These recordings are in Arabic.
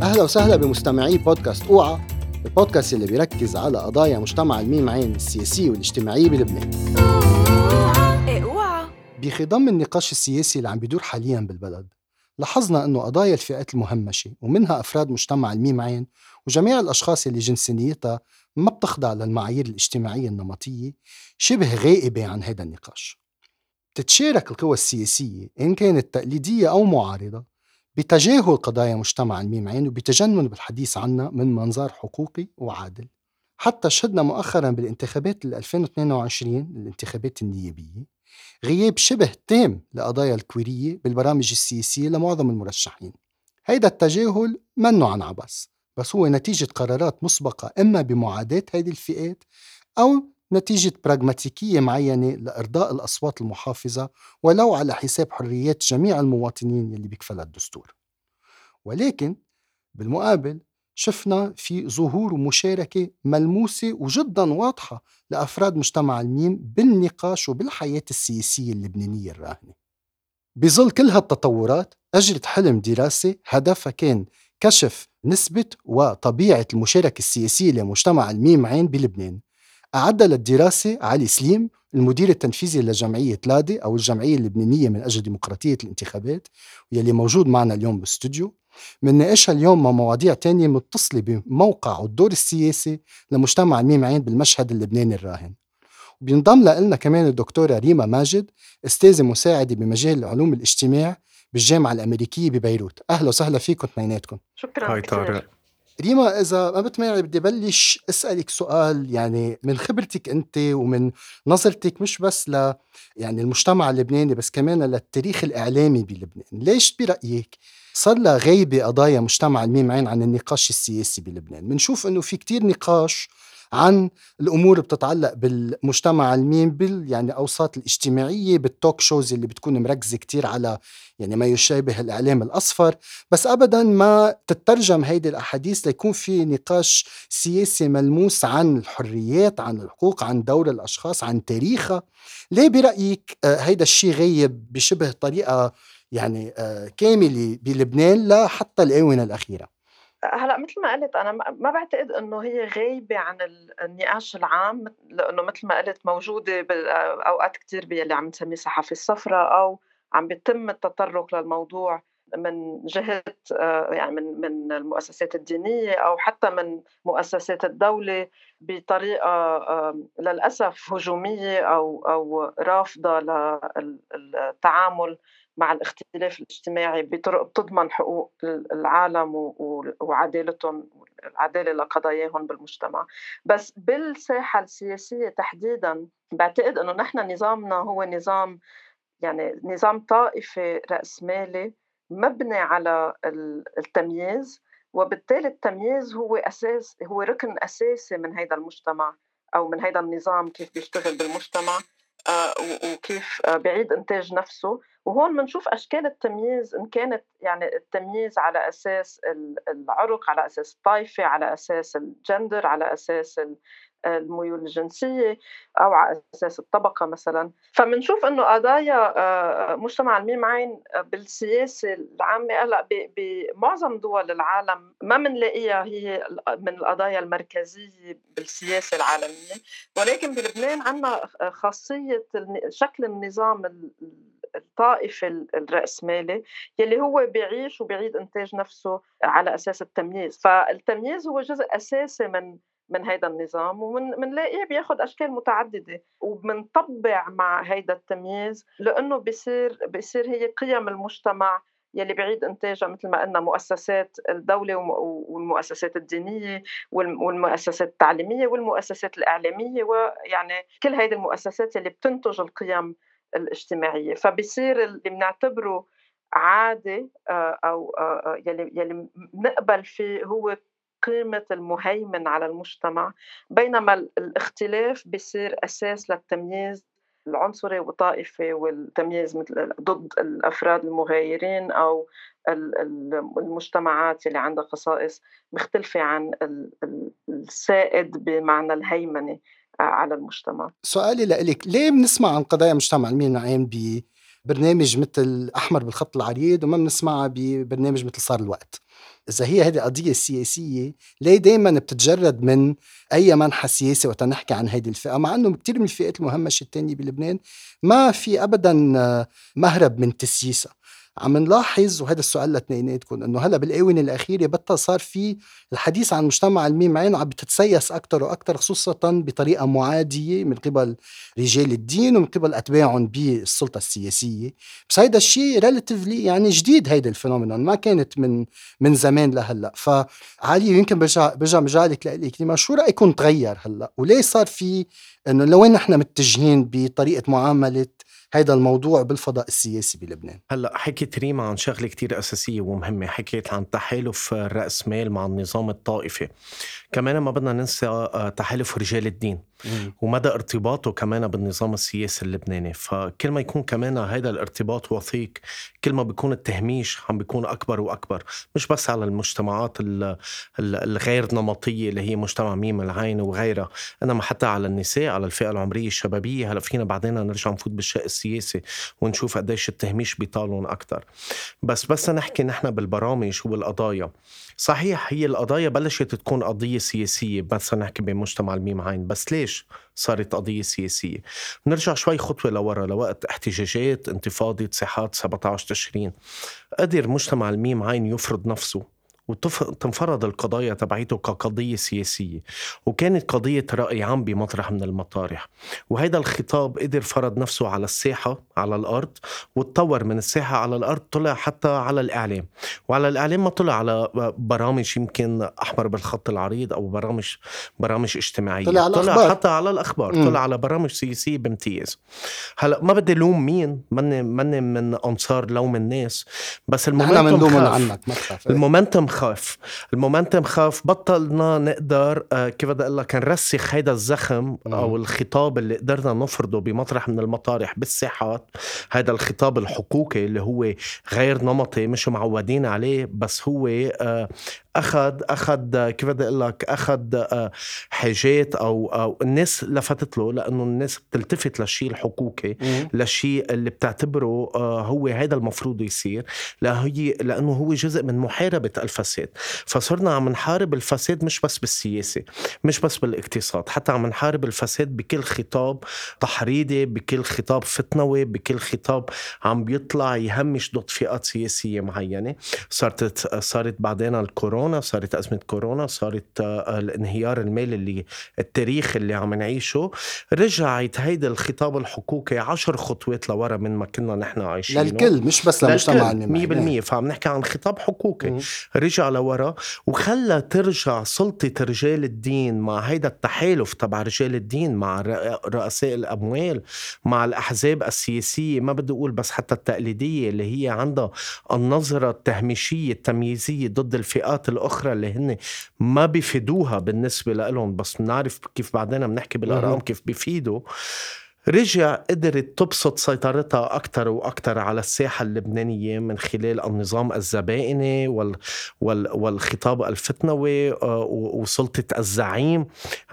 أهلا وسهلا بمستمعي بودكاست أوعى، البودكاست اللي بيركز على قضايا مجتمع الميم عين السياسية والاجتماعية بلبنان. بخضم النقاش السياسي اللي عم بيدور حالياً بالبلد، لاحظنا أنه قضايا الفئات المهمشة ومنها أفراد مجتمع الميم عين وجميع الأشخاص اللي جنسيتها ما بتخضع للمعايير الاجتماعية النمطية شبه غائبة عن هذا النقاش. تتشارك القوى السياسية إن كانت تقليدية أو معارضة بتجاهل قضايا مجتمع الميم عين وبتجنن بالحديث عنها من منظار حقوقي وعادل. حتى شهدنا مؤخرا بالانتخابات 2022 الانتخابات النيابية غياب شبه تام لقضايا الكويرية بالبرامج السياسية لمعظم المرشحين. هيدا التجاهل منه عن عبث، بس هو نتيجة قرارات مسبقة إما بمعاداة هذه الفئات أو نتيجة براغماتيكية معينة لإرضاء الأصوات المحافظة ولو على حساب حريات جميع المواطنين يلي بيكفلها الدستور. ولكن بالمقابل شفنا في ظهور ومشاركة ملموسة وجدا واضحة لأفراد مجتمع الميم بالنقاش وبالحياة السياسية اللبنانية الراهنة. بظل كل هالتطورات أجرت حلم دراسة هدفها كان كشف نسبة وطبيعة المشاركة السياسية لمجتمع الميم عين بلبنان. أعد للدراسة علي سليم المدير التنفيذي لجمعية لادي أو الجمعية اللبنانية من أجل ديمقراطية الانتخابات، واللي موجود معنا اليوم بالاستوديو. من ناقشها اليوم مع مواضيع تانية متصلة بموقع والدور السياسي لمجتمع الميم عين بالمشهد اللبناني الراهن. وبينضم لنا كمان الدكتورة ريما ماجد، أستاذة مساعدة بمجال علوم الاجتماع بالجامعة الأمريكية ببيروت. أهلا وسهلا فيكم اثنيناتكم. شكرا كثير. ريما، إذا ما بتمانعي بدي بلش أسألك سؤال، يعني من خبرتك أنت ومن نظرتك مش بس يعني المجتمع اللبناني بس كمان للتاريخ الإعلامي بلبنان، ليش برأيك صار لها غيبة قضايا مجتمع الميم عين عن النقاش السياسي بلبنان؟ منشوف أنه في كتير نقاش عن الأمور بتتعلق بالمجتمع الميم يعني أوساط الاجتماعية بالتوك شوز اللي بتكون مركزة كتير على يعني ما يشابه الإعلام الأصفر، بس أبداً ما تترجم هيدي الأحاديث ليكون في نقاش سياسي ملموس عن الحريات، عن الحقوق، عن دور الأشخاص، عن تاريخها. ليه برأيك هيدا الشيء غيب بشبه طريقة يعني كاملة بلبنان لحتى الآونة الأخيرة؟ هلا مثل ما قلت أنا ما بعتقد إنه هي غايبة عن النقاش العام، لأنه مثل ما قلت موجودة بأوقات كتير باللي عم نسميه صحافة الصفراء، أو عم بيتم التطرق للموضوع من جهة يعني من المؤسسات الدينية أو حتى من مؤسسات الدولة بطريقة للأسف هجومية أو رافضة للتعامل مع الاختلاف الاجتماعي بطرق بتضمن حقوق العالم وعدالتهم، العدالة لقضاياهم بالمجتمع. بس بالساحة السياسية تحديداً بعتقد أنه نحن نظامنا هو نظام، يعني نظام طائفي رأسمالي مبني على التمييز، وبالتالي التمييز هو ركن أساسي من هذا المجتمع أو من هذا النظام كيف بيشتغل بالمجتمع وكيف بيعيد إنتاج نفسه. وهون منشوف أشكال التمييز، إن كانت يعني التمييز على أساس العرق، على أساس الطائفة، على أساس الجندر، على أساس الميول الجنسية، أو على أساس الطبقة مثلا. فمنشوف أنه قضايا مجتمع الميم عين بالسياسة العامة هلا بمعظم دول العالم ما منلاقيها هي من القضايا المركزية بالسياسة العالمية، ولكن بلبنان عندنا خاصية شكل النظام الطائفي الرأسمالي يلي هو بيعيش وبيعيد إنتاج نفسه على أساس التمييز. فالتمييز هو جزء أساسي من هيدا النظام، ومنلاقيه بياخد أشكال متعددة، ومنطبع مع هيدا التمييز لأنه بيصير هي قيم المجتمع يلي بعيد إنتاجها مثل ما قلنا مؤسسات الدولة والمؤسسات الدينية والمؤسسات التعليمية والمؤسسات الإعلامية، ويعني كل هيدي المؤسسات يلي بتنتج القيم الاجتماعية. فبيصير اللي بنعتبره عادي أو يلي نقبل فيه هو قيمة المهيمن على المجتمع، بينما الاختلاف بيصير أساس للتمييز العنصري والطائفي، والتمييز مثل ضد الأفراد المغايرين أو المجتمعات اللي عندها خصائص مختلفة عن السائد بمعنى الهيمنة على المجتمع. سؤالي لإلك، ليه بنسمع عن قضايا مجتمع الميم عين ببرنامج مثل أحمر بالخط العريض وما بنسمعها ببرنامج مثل صار الوقت؟ إذا هي هذه قضية سياسية، ليه دايما بتتجرد من أي منحى سياسي وتنحكي عن هذه الفئة، مع أنه كتير من الفئات المهمشة التانية بلبنان ما في أبدا مهرب من تسييسها. عم نلاحظ، وهذا السؤال لتنيناتكم، انه هلا بالاونه الاخيره بطل صار في الحديث عن مجتمع الميم عين، وعم بتتسيس اكثر واكثر، خصوصا بطريقه معاديه من قبل رجال الدين ومن قبل اتباعهم بالسلطه السياسيه. بس هيدا الشيء ريلاتيفلي يعني جديد، هيدا الفينومينون ما كانت من زمان لهلا. فعلي يمكن برجع مجالك لك كلمه، شو رايكم تغير هلا وليه صار في انه لوين نحن متجهين بطريقه معامله هيدا الموضوع بالفضاء السياسي بلبنان؟ هلا حكيت ريما عن شغله كتير اساسيه ومهمه، حكيت عن تحالف الرأسمال مع النظام الطائفي. كمان ما بدنا ننسى تحالف رجال الدين ومدى ارتباطه كمان بالنظام السياسي اللبناني. فكل ما يكون كمان هذا الارتباط وثيق، كل ما بيكون التهميش عم بيكون أكبر وأكبر، مش بس على المجتمعات الغير نمطية اللي هي مجتمع ميم العين وغيرها، إنما حتى على النساء، على الفئة العمرية الشبابية. هلا فينا بعدين نرجع نفوت بالشق السياسي ونشوف قديش التهميش بيطالون أكتر. بس نحكي نحن بالبرامج والقضايا. صحيح هي القضايا بلشت تكون قضية سياسية، بس نحكي بمجتمع الميم عين. بس ليش صارت قضية سياسية؟ نرجع شوي خطوة لورا، لوقت احتجاجات انتفاضة صحات 17 تشرين. قدر مجتمع الميم عين يفرض نفسه وتنفرض القضايا تبعيته كقضية سياسية، وكانت قضية رأي عام بمطرح من المطارح. وهذا الخطاب قدر فرض نفسه على الساحة، على الأرض، وتطور من الساحة على الأرض، طلع حتى على الإعلام. وعلى الإعلام ما طلع على برامج يمكن أحمر بالخط العريض أو برامج اجتماعية، طلع حتى على الأخبار، طلع على برامج سياسية بامتياز. هلأ ما بدي لوم مين، مني من أنصار لوم الناس، بس المومنتم خاف. بطلنا نقدر كيف بدي أقول لك نرسخ هيدا الزخم أو الخطاب اللي قدرنا نفرضه بمطرح من المطارح بالساحات. هيدا الخطاب الحقوقي اللي هو غير نمطي، مش معودين عليه، بس هو أخذ كيف بدي أقول لك أخذ حاجات أو الناس لفتت له، لأنه الناس بتلتفت للشيء الحقوقي، للشيء اللي بتعتبره هو هيدا المفروض يصير، لأنه هو جزء من محاربة الفساد. فصرنا عم نحارب الفساد مش بس بالسياسة، مش بس بالاقتصاد، حتى عم نحارب الفساد بكل خطاب تحريضي، بكل خطاب فتنوي، بكل خطاب عم بيطلع يهمش ضد فئات سياسية معينة. صارت بعدين الكورونا، صارت أزمة كورونا، صارت الانهيار المالي التاريخ اللي عم نعيشه. رجعت هيدا الخطاب الحقوقي 10 خطوات لورا من ما كنا نحن عايشين، للكل مش بس للمجتمع 100%. فعم نحكي عن خطاب حقوقي رجع لورا، وخلى ترجع سلطة رجال الدين مع هيدا التحالف تبع رجال الدين مع رؤساء الأموال، مع الأحزاب السياسية، ما بدي أقول بس حتى التقليدية، اللي هي عندها النظرة التهميشية التمييزية ضد الفئات الأخرى اللي هن ما بيفيدوها بالنسبة لهم، بس نعرف كيف بعدين بنحكي بالأرقام كيف بيفيدوا. رجع قدرت تبسط سيطرتها أكتر وأكتر على الساحة اللبنانية من خلال النظام الزبائني والخطاب الفتنوي وسلطة الزعيم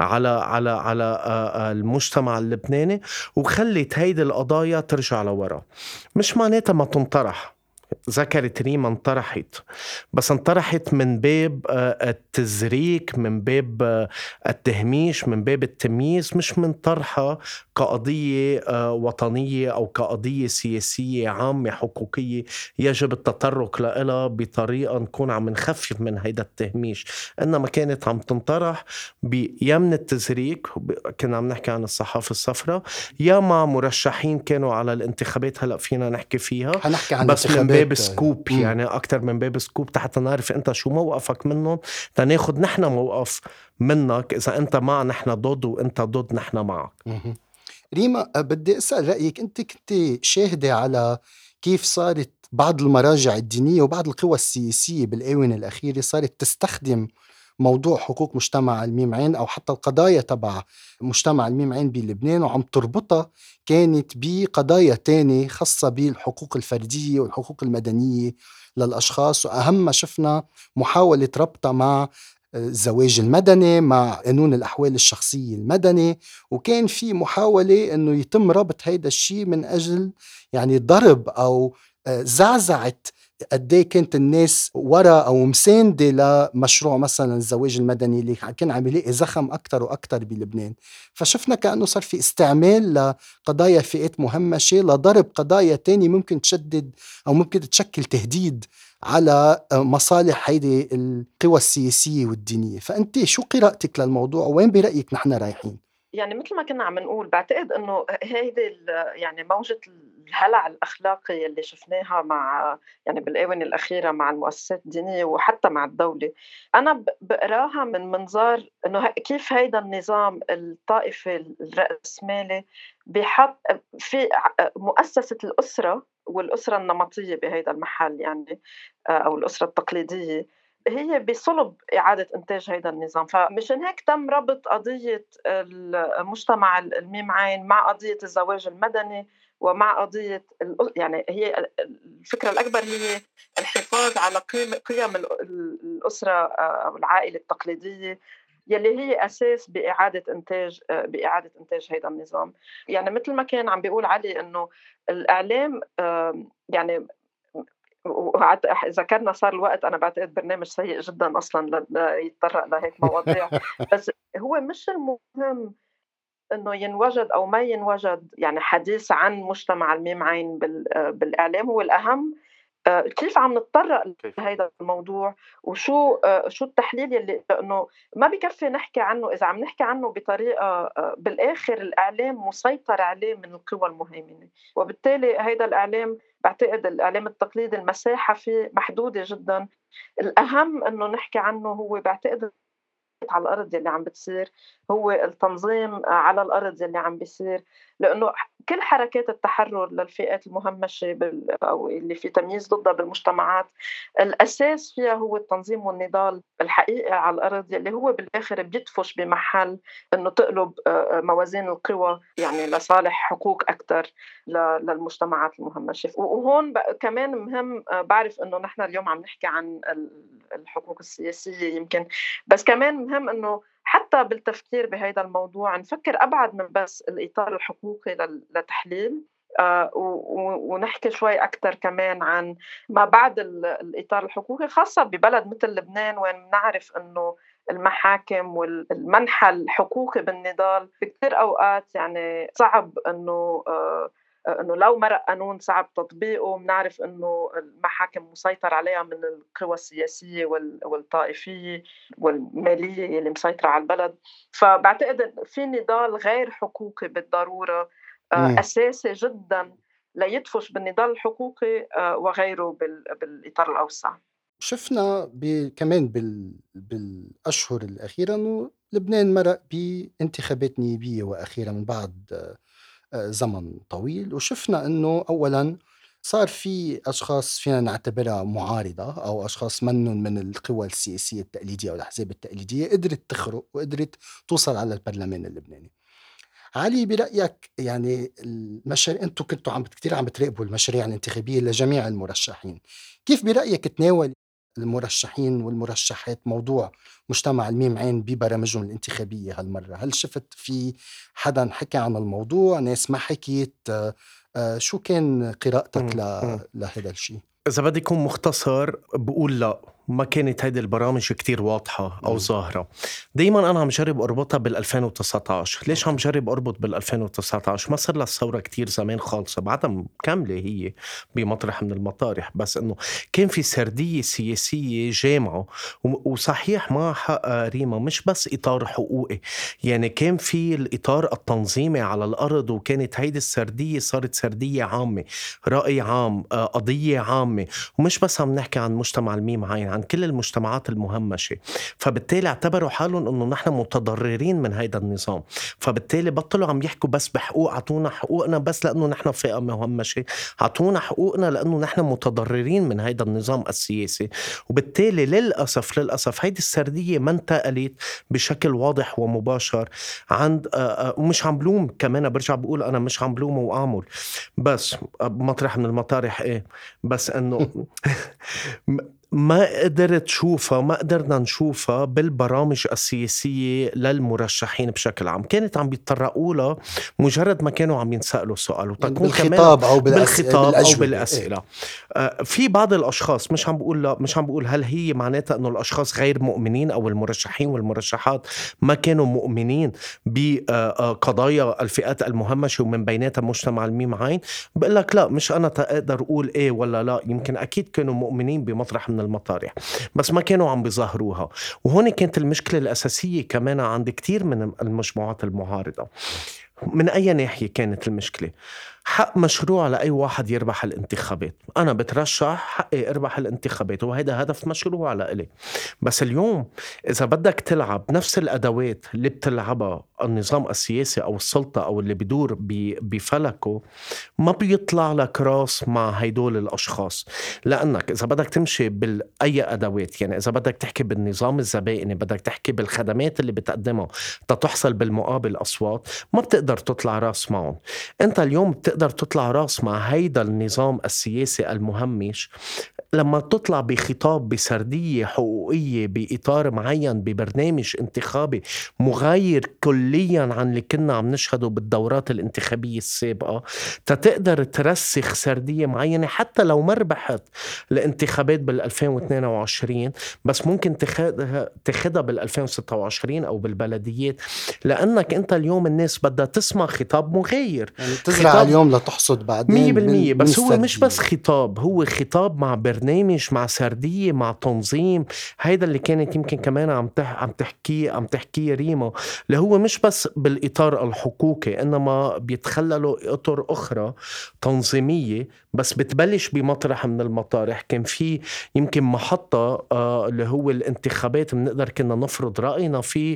على المجتمع اللبناني، وخلت هيدي القضايا ترجع لورا. مش معناتها ما تنطرح، ذكرت ريما انطرحت، بس انطرحت من باب التزريك، من باب التهميش، من باب التمييز، مش من طرحها كقضية وطنية أو كقضية سياسية عامة حقوقية يجب التطرق لها بطريقة نكون عم نخفف من هيدا التهميش. إنما كانت عم تنطرح يا من التزريك، كنا عم نحكي عن الصحافة الصفراء، يا مع مرشحين كانوا على الانتخابات هلأ فينا نحكي فيها، بس من باب سكوب، يعني أكتر من باب سكوب، حتى نعرف أنت شو موقفك منهم، تناخد نحن موقف منك إذا أنت مع نحن ضد وأنت ضد نحن معك. ريما، بدي أسأل رأيك، أنت كنت شاهدة على كيف صارت بعض المراجع الدينية وبعض القوى السياسية بالآونة الأخيرة صارت تستخدم موضوع حقوق مجتمع الميم عين أو حتى القضايا تبع مجتمع الميم عين بلبنان، وعم تربطها كانت بقضايا تانية خاصة بالحقوق الفردية والحقوق المدنية للأشخاص. وأهم ما شفنا محاولة ربطها مع الزواج المدني، مع قانون الأحوال الشخصية المدني، وكان في محاولة أنه يتم ربط هيدا الشيء من أجل يعني ضرب أو زعزعت قديه كانت الناس ورا أو مساندة لمشروع مثلا الزواج المدني اللي كان عم يلاقي زخم أكتر وأكتر بلبنان. فشفنا كأنه صار في استعمال لقضايا فئات مهمشة لضرب قضايا تاني ممكن تشدد أو ممكن تشكل تهديد على مصالح هيدي القوى السياسية والدينية. فأنت شو قراءتك للموضوع وين برأيك نحن رايحين؟ يعني مثل ما كنا عم نقول بعتقد انه هيدي يعني موجة الهلع الاخلاقي اللي شفناها مع يعني بالاونه الاخيره مع المؤسسات الدينيه وحتى مع الدوله، انا بقراها من منظار انه كيف هيدا النظام الطائفي الرأسمالي بحط في مؤسسه الاسره والاسره النمطيه بهيدا المحل، يعني او الاسره التقليديه هي بصلب إعادة إنتاج هيدا النظام. فمشان هيك تم ربط قضية المجتمع الميم عين مع قضية الزواج المدني ومع قضية يعني هي الفكرة الأكبر هي الحفاظ على قيم الأسرة أو العائلة التقليدية يلي هي أساس بإعادة إنتاج هيدا النظام. يعني مثل ما كان عم بيقول علي إنه الإعلام يعني ذكرنا صار الوقت، أنا بعتقد برنامج سيء جدا أصلا يتطرق لهيك مواضيع. بس هو مش المهم إنه ينوجد أو ما ينوجد يعني حديث عن مجتمع الميم عين بالإعلام، هو الأهم كيف عم نتطرق لهيدا الموضوع وشو شو التحليل يلي إنه ما بكفي نحكي عنه إذا عم نحكي عنه بطريقة بالآخر الإعلام مسيطر عليه من القوى المهيمنة، وبالتالي هيدا الإعلام بعتقد الإعلام التقليدي المساحة فيه محدودة جدا. الأهم إنه نحكي عنه هو بعتقد على الأرض اللي عم بتصير، هو التنظيم على الأرض اللي عم بيصير، لأنه كل حركات التحرر للفئات المهمشة أو اللي في تمييز ضدها بالمجتمعات الأساس فيها هو التنظيم والنضال الحقيقي على الأرض اللي هو بالآخر بيدفش بمحل أنه تقلب موازين القوى يعني لصالح حقوق أكتر للمجتمعات المهمشة. وهون كمان مهم بعرف أنه نحن اليوم عم نحكي عن الحقوق السياسية يمكن، بس كمان مهم أنه حتى بالتفكير بهذا الموضوع نفكر أبعد من بس الإطار الحقوقي لتحليل ونحكي شوي أكتر كمان عن ما بعد الإطار الحقوقي، خاصة ببلد مثل لبنان وين نعرف أنه المحاكم والمنحى الحقوقي بالنضال بكثير أوقات يعني صعب أنه لو مرق قانون صعب تطبيقه. بنعرف أنه المحاكم مسيطر عليها من القوى السياسية والطائفية والمالية اللي مسيطرة على البلد. فبعتقد في نضال غير حقوقي بالضرورة أساسي جدا ليدفش بالنضال الحقوقي وغيره بالإطار الأوسع. شفنا كمان بالأشهر الأخيرة أنه لبنان مرق بانتخابات نيابية وأخيرة من بعد زمن طويل، وشفنا أنه أولا صار في أشخاص فينا نعتبرها معارضة أو أشخاص منهم من القوى السياسية التقليدية أو الأحزاب التقليدية قدرت تخرق وقدرت توصل على البرلمان اللبناني. علي برأيك يعني أنتوا كنتوا كتير عم بتراقبوا المشاريع الانتخابية لجميع المرشحين، كيف برأيك تناول المرشحين والمرشحات موضوع مجتمع الميم عين ببرامجهم الانتخابية هالمرة؟ هل شفت في حدا حكى عن الموضوع، ناس ما حكيت؟ شو كان قراءتك لهذا الشيء؟ إذا بدي يكون مختصر بقول لا، ما كانت هيدي البرامج كتير واضحة أو ظاهرة. دايما أنا عم جرب أربطها بال2019. ليش عم جرب أربط بال2019؟ ما صار لها الثورة كتير زمان خالصة، بعدها كاملة هي بمطرح من المطارح، بس أنه كان في سردية سياسية جامعة. وصحيح ما حق ريما مش بس إطار حقوقي، يعني كان في الإطار التنظيمي على الأرض، وكانت هيدي السردية صارت سردية عامة، رأي عام، قضية عامة. ومش بس عم نحكي عن مجتمع الميم عين، عن كل المجتمعات المهمشة. فبالتالي اعتبروا حالهم انه نحن متضررين من هيدا النظام، فبالتالي بطلوا عم يحكوا بس بحقوق، عطونا حقوقنا بس لانه نحن فئة مهمشة، عطونا حقوقنا لانه نحن متضررين من هيدا النظام السياسي. وبالتالي للأسف هيدي السردية ما انتقلت بشكل واضح ومباشر عند ومش عم بلوم كمان، برجع بقول انا مش عم بلوم وأعمل بس مطرح من المطارح ايه، بس انه ما قدرنا نشوفها بالبرامج السياسية للمرشحين بشكل عام. كانت عم بيتطرقوا لها مجرد ما كانوا عم ينسألوا سؤال، يعني وتكون بالخطاب أو بالخطاب أو بالأجوبة. بالأسئلة. في بعض الأشخاص، مش عم بقول هل هي معناتها أنه الأشخاص غير مؤمنين أو المرشحين والمرشحات ما كانوا مؤمنين بقضايا الفئات المهمشة ومن بيناتها مجتمع الميم عين. بقول لك لا، مش أنا أقدر أقول إيه ولا لا. يمكن أكيد كانوا مؤمنين بمطرح من المطارح، بس ما كانوا عم بيظهروها. وهون كانت المشكلة الأساسية كمان عند كتير من المجموعات المعارضة. من أي ناحية كانت المشكلة؟ حق مشروع لأي واحد يربح الانتخابات. أنا بترشح حقي أربح الانتخابات، وهذا هدف مشروع لإلي. بس اليوم إذا بدك تلعب نفس الأدوات اللي بتلعبها النظام السياسي أو السلطة أو اللي بدور بفلكه، ما بيطلع لك راس مع هيدول الأشخاص. لأنك إذا بدك تمشي بأي أدوات، يعني إذا بدك تحكي بالنظام الزبائني، بدك تحكي بالخدمات اللي بتقدمها تتحصل بالمقابل أصوات، ما بتقدر تطلع راس معهم. أنت اليوم بتقدر تطلع راس مع هيدا النظام السياسي المهمش لما تطلع بخطاب بسردية حقوقية بإطار معين ببرنامج انتخابي مغاير كليا عن اللي كنا عم نشهده بالدورات الانتخابية السابقة، تقدر ترسخ سردية معينة. حتى لو ما ربحت الانتخابات بال2022، بس ممكن تاخدها بال2026 أو بالبلديات، لأنك أنت اليوم الناس بدها تسمع خطاب مغاير. يعني تزرع اليوم لتحصد بعدين 100%. بس هو مش السردية. بس خطاب، هو خطاب مع برنامج، مع سردية، مع تنظيم. هيدا اللي كانت يمكن كمان عم تحكيه ريما، اللي هو مش بس بالإطار الحقوقي، إنما بيتخللوا إطر أخرى تنظيمية. بس بتبلش بمطرح من المطارح. كان في يمكن محطة اللي هو الانتخابات، بنقدر كنا نفرض رأينا في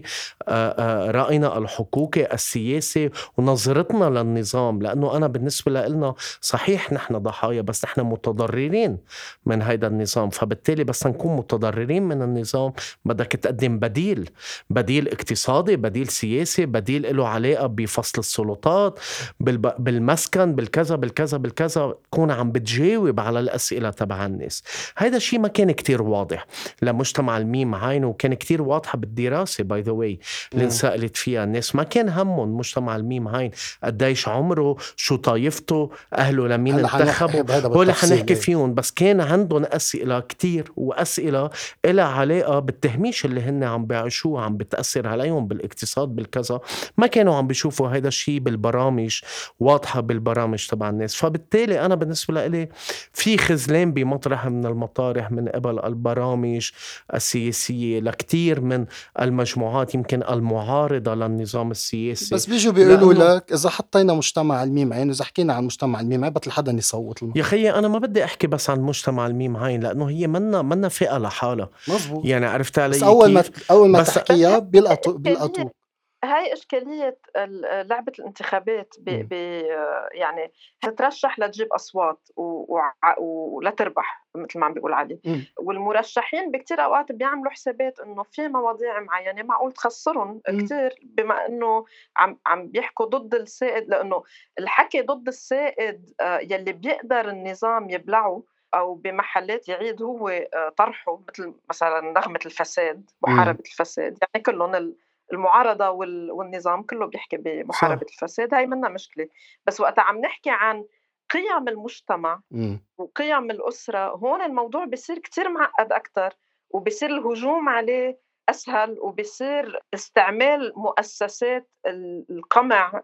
رأينا الحقوقي السياسي ونظرتنا للنظام. لأنه أنا بالنسبة لنا صحيح نحن ضحايا، بس نحن متضررين من هيدا النظام. فبالتالي بس نكون متضررين من النظام، بدك تقدم بديل اقتصادي، بديل سياسي، بديل له علاقة بفصل السلطات، بالمسكن، بالكذا تكون عم بتجاوب على الأسئلة تبع الناس. هيدا الشيء ما كان كتير واضح لمجتمع الميم عين، وكان كتير واضحة بالدراسة باي ذا واي اللي انسألت فيها الناس. ما كان همهم مجتمع الميم عين قديش عمره، شو طايفته، أهله لمين انتخبوا، هو اللي حنحكي فيهم. بس كان عندهم أسئلة كتير، وأسئلة إلها علاقة بالتهميش اللي هن عم بيعيشوه، عم بتأثر عليهم بالاقتصاد بالكذا. ما كانوا عم بيشوفوا هذا الشيء بالبرامج واضحة، بالبرامج تبع الناس. فبالتالي أنا بالنسبة لي في خزلان بمطرح من المطارح من قبل البرامج السياسية لكتير من المجموعات يمكن المعارضة للنظام السياسي. بس بيجوا بيقولوا لك إذا حطينا مجتمع الميم عين، إذا حكينا عن مجتمع الميم عين بطل حدا يصوت لنا. يا خيي أنا ما بدي أحكي بس عن مجتمع الميم عين، لأنه هي منا فئة لحالها. مظبوط. يعني عرفت علي بس كيف؟ أول ما تحكيها بيلقطوا. هاي إشكالية لعبة الانتخابات. يعني تترشح لتجيب أصوات ولا تربح مثل ما عم بيقول علي. والمرشحين بكتير أوقات بيعملوا حسابات إنه في مواضيع معينة معقول تخسرهم كتير، بما إنه عم بيحكوا ضد السائد، لأنه الحكي ضد السائد يلي بيقدر النظام يبلعه أو بمحلات يعيد هو طرحه، مثل مثلا نغمة الفساد، محاربة الفساد. يعني كلهم المعارضة والنظام كله بيحكي بمحاربة الفساد. هاي منا مشكلة. بس وقت عم نحكي عن قيم المجتمع وقيم الأسرة، هون الموضوع بيصير كتير معقد أكتر، وبيصير الهجوم عليه أسهل، وبيصير استعمال مؤسسات القمع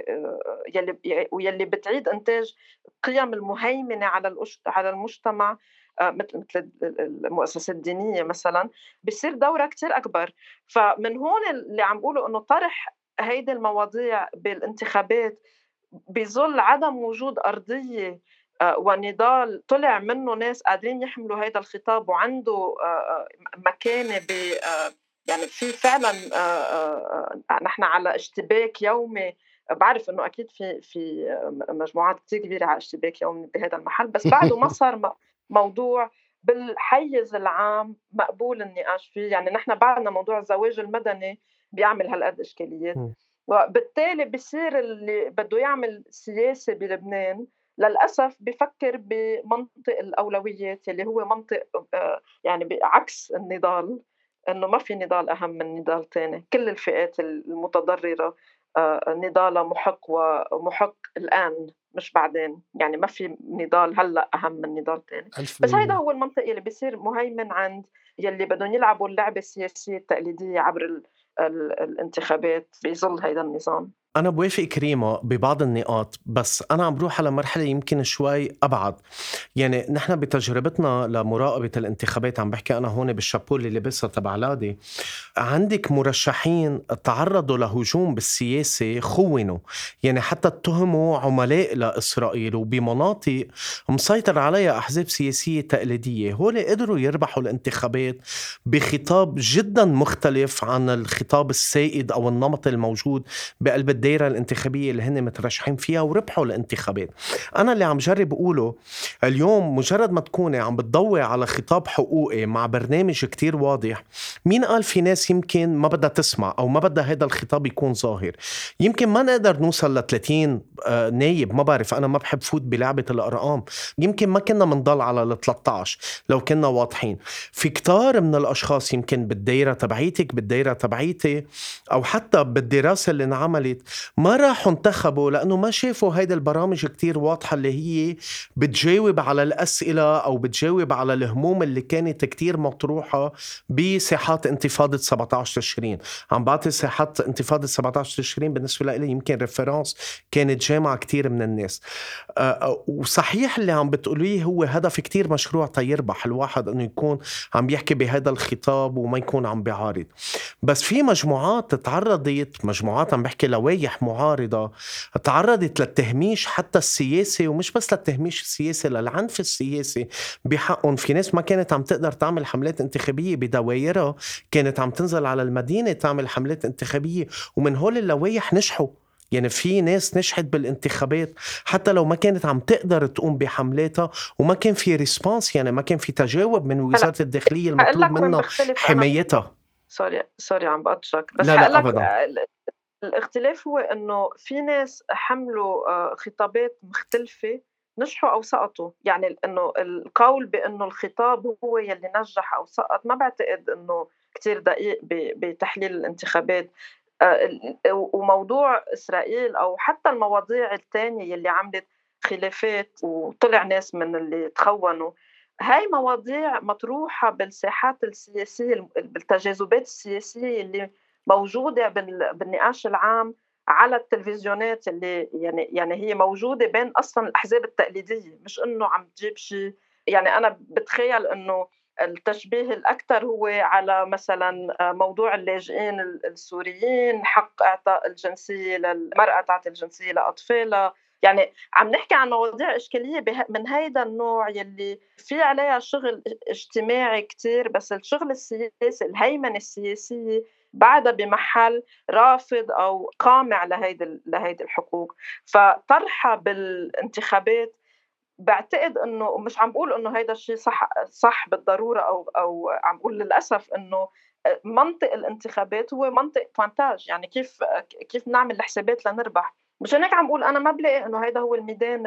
يلي بتعيد إنتاج قيم المهيمنة على المجتمع، مثل المؤسسات الدينية مثلا، بيصير دورها كتير أكبر. فمن هون اللي عم بقوله إنه طرح هيدي المواضيع بالانتخابات بظل عدم وجود أرضية ونضال طلع منه ناس قادرين يحملوا هيدا الخطاب وعنده مكانة يعني في فعلا نحن على اشتباك يومي. بعرف إنه أكيد في مجموعات كتير كبيرة على اشتباك يومي بهذا المحل، بس بعده ما صار موضوع بالحيز العام مقبول النقاش فيه. يعني نحن بعدنا موضوع الزواج المدني بيعمل هالقد إشكاليات، وبالتالي بصير اللي بده يعمل سياسة بلبنان للأسف بفكر بمنطق الأولويات اللي هو منطق يعني بعكس النضال، إنه ما في نضال أهم من نضال تاني، كل الفئات المتضررة نضالها محق ومحق الآن مش بعدين، يعني ما في نضال هلأ أهم من نضال تاني. بس هيدا 1000%. هو المنطق اللي بيصير مهيمن عند يلّي بدّن يلعبوا اللعبة السياسية التقليدية عبر الانتخابات في ظل هيدا النظام. أنا بوافق كريمة ببعض النقاط، بس أنا عم بروح على مرحلة يمكن شوي أبعد. يعني نحن بتجربتنا لمراقبة الانتخابات، عم بحكي أنا هون بالشابو اللي لبسها تبع لادي، عندك مرشحين تعرضوا لهجوم بالسياسة خونوا، يعني حتى اتهموا عملاء لإسرائيل، وبمناطق مسيطر عليها أحزاب سياسية تقليدية هول قدروا يربحوا الانتخابات بخطاب جدا مختلف عن الخطاب السائد أو النمط الموجود بقلب الدائرة الانتخابية اللي هن مترشحين فيها، وربحوا الانتخابات. أنا اللي عم جرب أقوله اليوم، مجرد ما تكوني عم بتضوي على خطاب حقوقي مع برنامج كتير واضح، مين قال في ناس يمكن ما بدها تسمع أو ما بدها هذا الخطاب يكون ظاهر؟ يمكن ما نقدر نوصل ل 30 نايب، ما بعرف، أنا ما بحب فوت بلعبة الأرقام، يمكن ما كنا منضل على ال 13 لو كنا واضحين. في كتار من الأشخاص يمكن بالدائرة تبعيتك، بالدائرة تبعيتي، أو حتى بالدراسة اللي انعملت، ما راحوا انتخبوا لأنه ما شافوا هيدا البرامج كتير واضحة اللي هي بتجاوب على الأسئلة أو بتجاوب على الهموم اللي كانت كتير مطروحة بساحات انتفاضة 17 تشرين. عم بعطي ساحات انتفاضة 17 تشرين بالنسبة لي يمكن ريفرنس، كانت جامعة كتير من الناس. وصحيح اللي عم بتقوليه هو هدف كتير مشروع تيربح الواحد أنه يكون عم يحكي بهذا الخطاب وما يكون عم بيعارض. بس في مجموعات تعرضت، مجموعات عم بحكي لوايح معارضة، تعرضت للتهميش حتى السياسي، ومش بس للتهميش السياسي، للعنف السياسي بحقهم. في ناس ما كانت عم تقدر تعمل حملات انتخابية بدوائرها، كانت عم تنزل على المدينة تعمل حملات انتخابية، ومن هول اللوايح نجحوا. يعني في ناس نجحت بالانتخابات حتى لو ما كانت عم تقدر تقوم بحملاتها، وما كان في ريسبونس، يعني ما كان في تجاوب من هلأ وزارة الداخلية هاقول المطلوب لك وين منها بختلف أنا. حمايتها. سوري عم باقاطعك، بس لا هاقول لا لك أبدا. الاختلاف هو إنه في ناس حملوا خطابات مختلفة نجحوا أو سقطوا، يعني إنه القول بإنه الخطاب هو يلّي نجح أو سقط ما باعتقد إنه كتير دقيق بتحليل الانتخابات. وموضوع إسرائيل أو حتى المواضيع التانية يلّي عملت خلافات وطلع ناس من اللي تخوّنوا، هاي مواضيع مطروحة بالساحات السياسية بالتجاذبات السياسية اللي موجودة بالنقاش العام على التلفزيونات، اللي يعني هي موجودة بين أصلًا الأحزاب التقليدية، مش إنه عم تجيب شي. يعني أنا باتخيل إنه التشبيه الأكتر هو على مثلًا موضوع اللاجئين السوريين، حق إعطاء الجنسية للمرأة تعطي الجنسية لأطفالها، يعني عم نحكي عن مواضيع إشكالية من هيدا النوع يلّي في عليها شغل اجتماعي كتير، بس الشغل السياسي الهيمنة السياسية بعدها بمحل رافض أو قامع لهيدي الحقوق. فطرحها بالانتخابات باعتقد إنه، مش عم باقول إنه هيدا الشيء صح بالضرورة، أو عم باقول للأسف إنه منطق الانتخابات هو منطق pointage، يعني كيف نعمل الحسابات لنربح. مشان هيك عم باقول أنا ما بالاقي إنه هيدا هو الميدان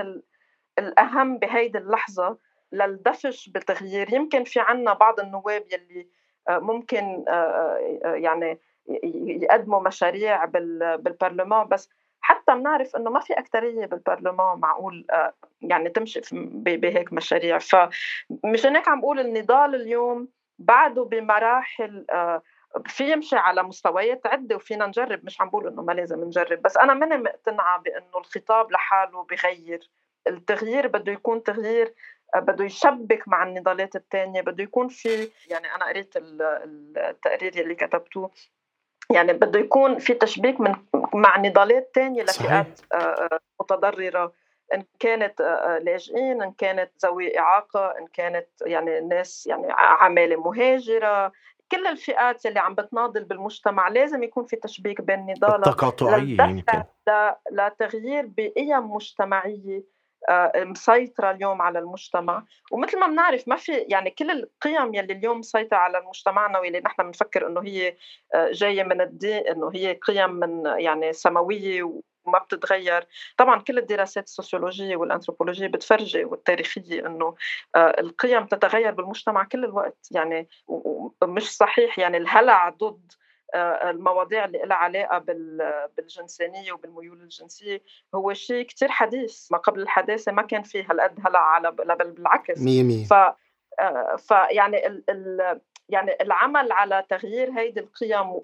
الأهم بهيدي اللحظة للدفش بتغيير. يمكن في عنا بعض النواب يلّي ممكن يعني يقدموا مشاريع بالبرلمان، بس حتى بنعرف إنه ما في أكترية بالبرلمان معقول يعني تمشي بهيك مشاريع. فمشان هيك عم باقول النضال اليوم بعده بمراحل في يمشي على مستويات عدة وفينا نجرب، مش عم باقول إنه ما لازم نجرب، بس أنا ماني مقتنعة بإنه الخطاب لحاله بيغيّر. التغيير بده يكون تغيير بده يشبّك مع النضالات التانية، بده يكون في، يعني أنا قريت التقرير يلّي كتبتوه، يعني بده يكون في تشبيك مع نضالات تانية صحيح. لفئات متضررة، إن كانت لاجئين، إن كانت ذوي إعاقة، إن كانت يعني ناس يعني عمالة مهاجرة، كل الفئات اللي عم بتناضل بالمجتمع لازم يكون في تشبيك بين نضالها التقاطعية للدفع يمكن. لتغيير بقيم مجتمعية مسيطرة اليوم على المجتمع. ومثل ما بنعرف ما في، يعني كل القيم يلي اليوم مسيطرة على مجتمعنا واللي نحن بنفكر إنه هي جاية من الدين، إنه هي قيم من يعني سماوية وما بتتغير. طبعا كل الدراسات السوسيولوجية والأنثروبولوجية بتفرجي والتاريخية أنه القيم تتغير بالمجتمع كل الوقت. يعني ومش صحيح يعني الهلع ضد المواضيع اللي لها علاقة بالجنسانية وبالميول الجنسية هو شيء كتير حديث. ما قبل الحداثة ما كان فيه هالقد هلع على بل بالعكس. 100%. فيعني يعني العمل على تغيير هيدي القيم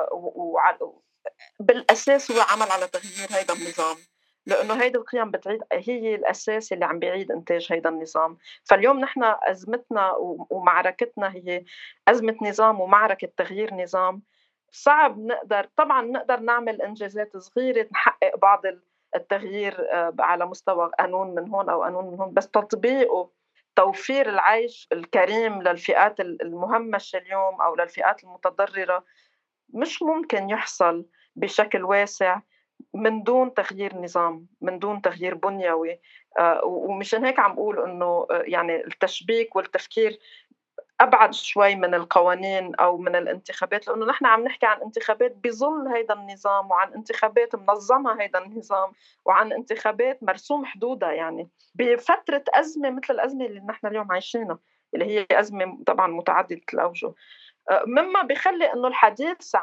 بالأساس هو عمل على تغيير هيدا النظام، لأنه هيدي القيم بتعيد هي الأساس اللي عم بيعيد إنتاج هيدا النظام. فاليوم نحن أزمتنا ومعركتنا هي أزمة نظام ومعركة تغيير نظام. صعب طبعا نقدر نعمل إنجازات صغيرة نحقق بعض التغيير على مستوى قانون من هون أو قانون من هون، بس تطبيقه توفير العيش الكريم للفئات المهمشة اليوم أو للفئات المتضررة مش ممكن يحصل بشكل واسع من دون تغيير نظام، من دون تغيير بنيوي. ومشان هيك عم أقول إنه يعني التشبيك والتفكير أبعد شوي من القوانين أو من الانتخابات، لأنه نحن عم نحكي عن انتخابات بظل هيدا النظام، وعن انتخابات منظمة هيدا النظام، وعن انتخابات مرسوم حدودها. يعني بفترة أزمة مثل الأزمة اللي نحن اليوم عايشينها، اللي هي أزمة طبعا متعددة الأوجه، مما بيخلي إنه الحديث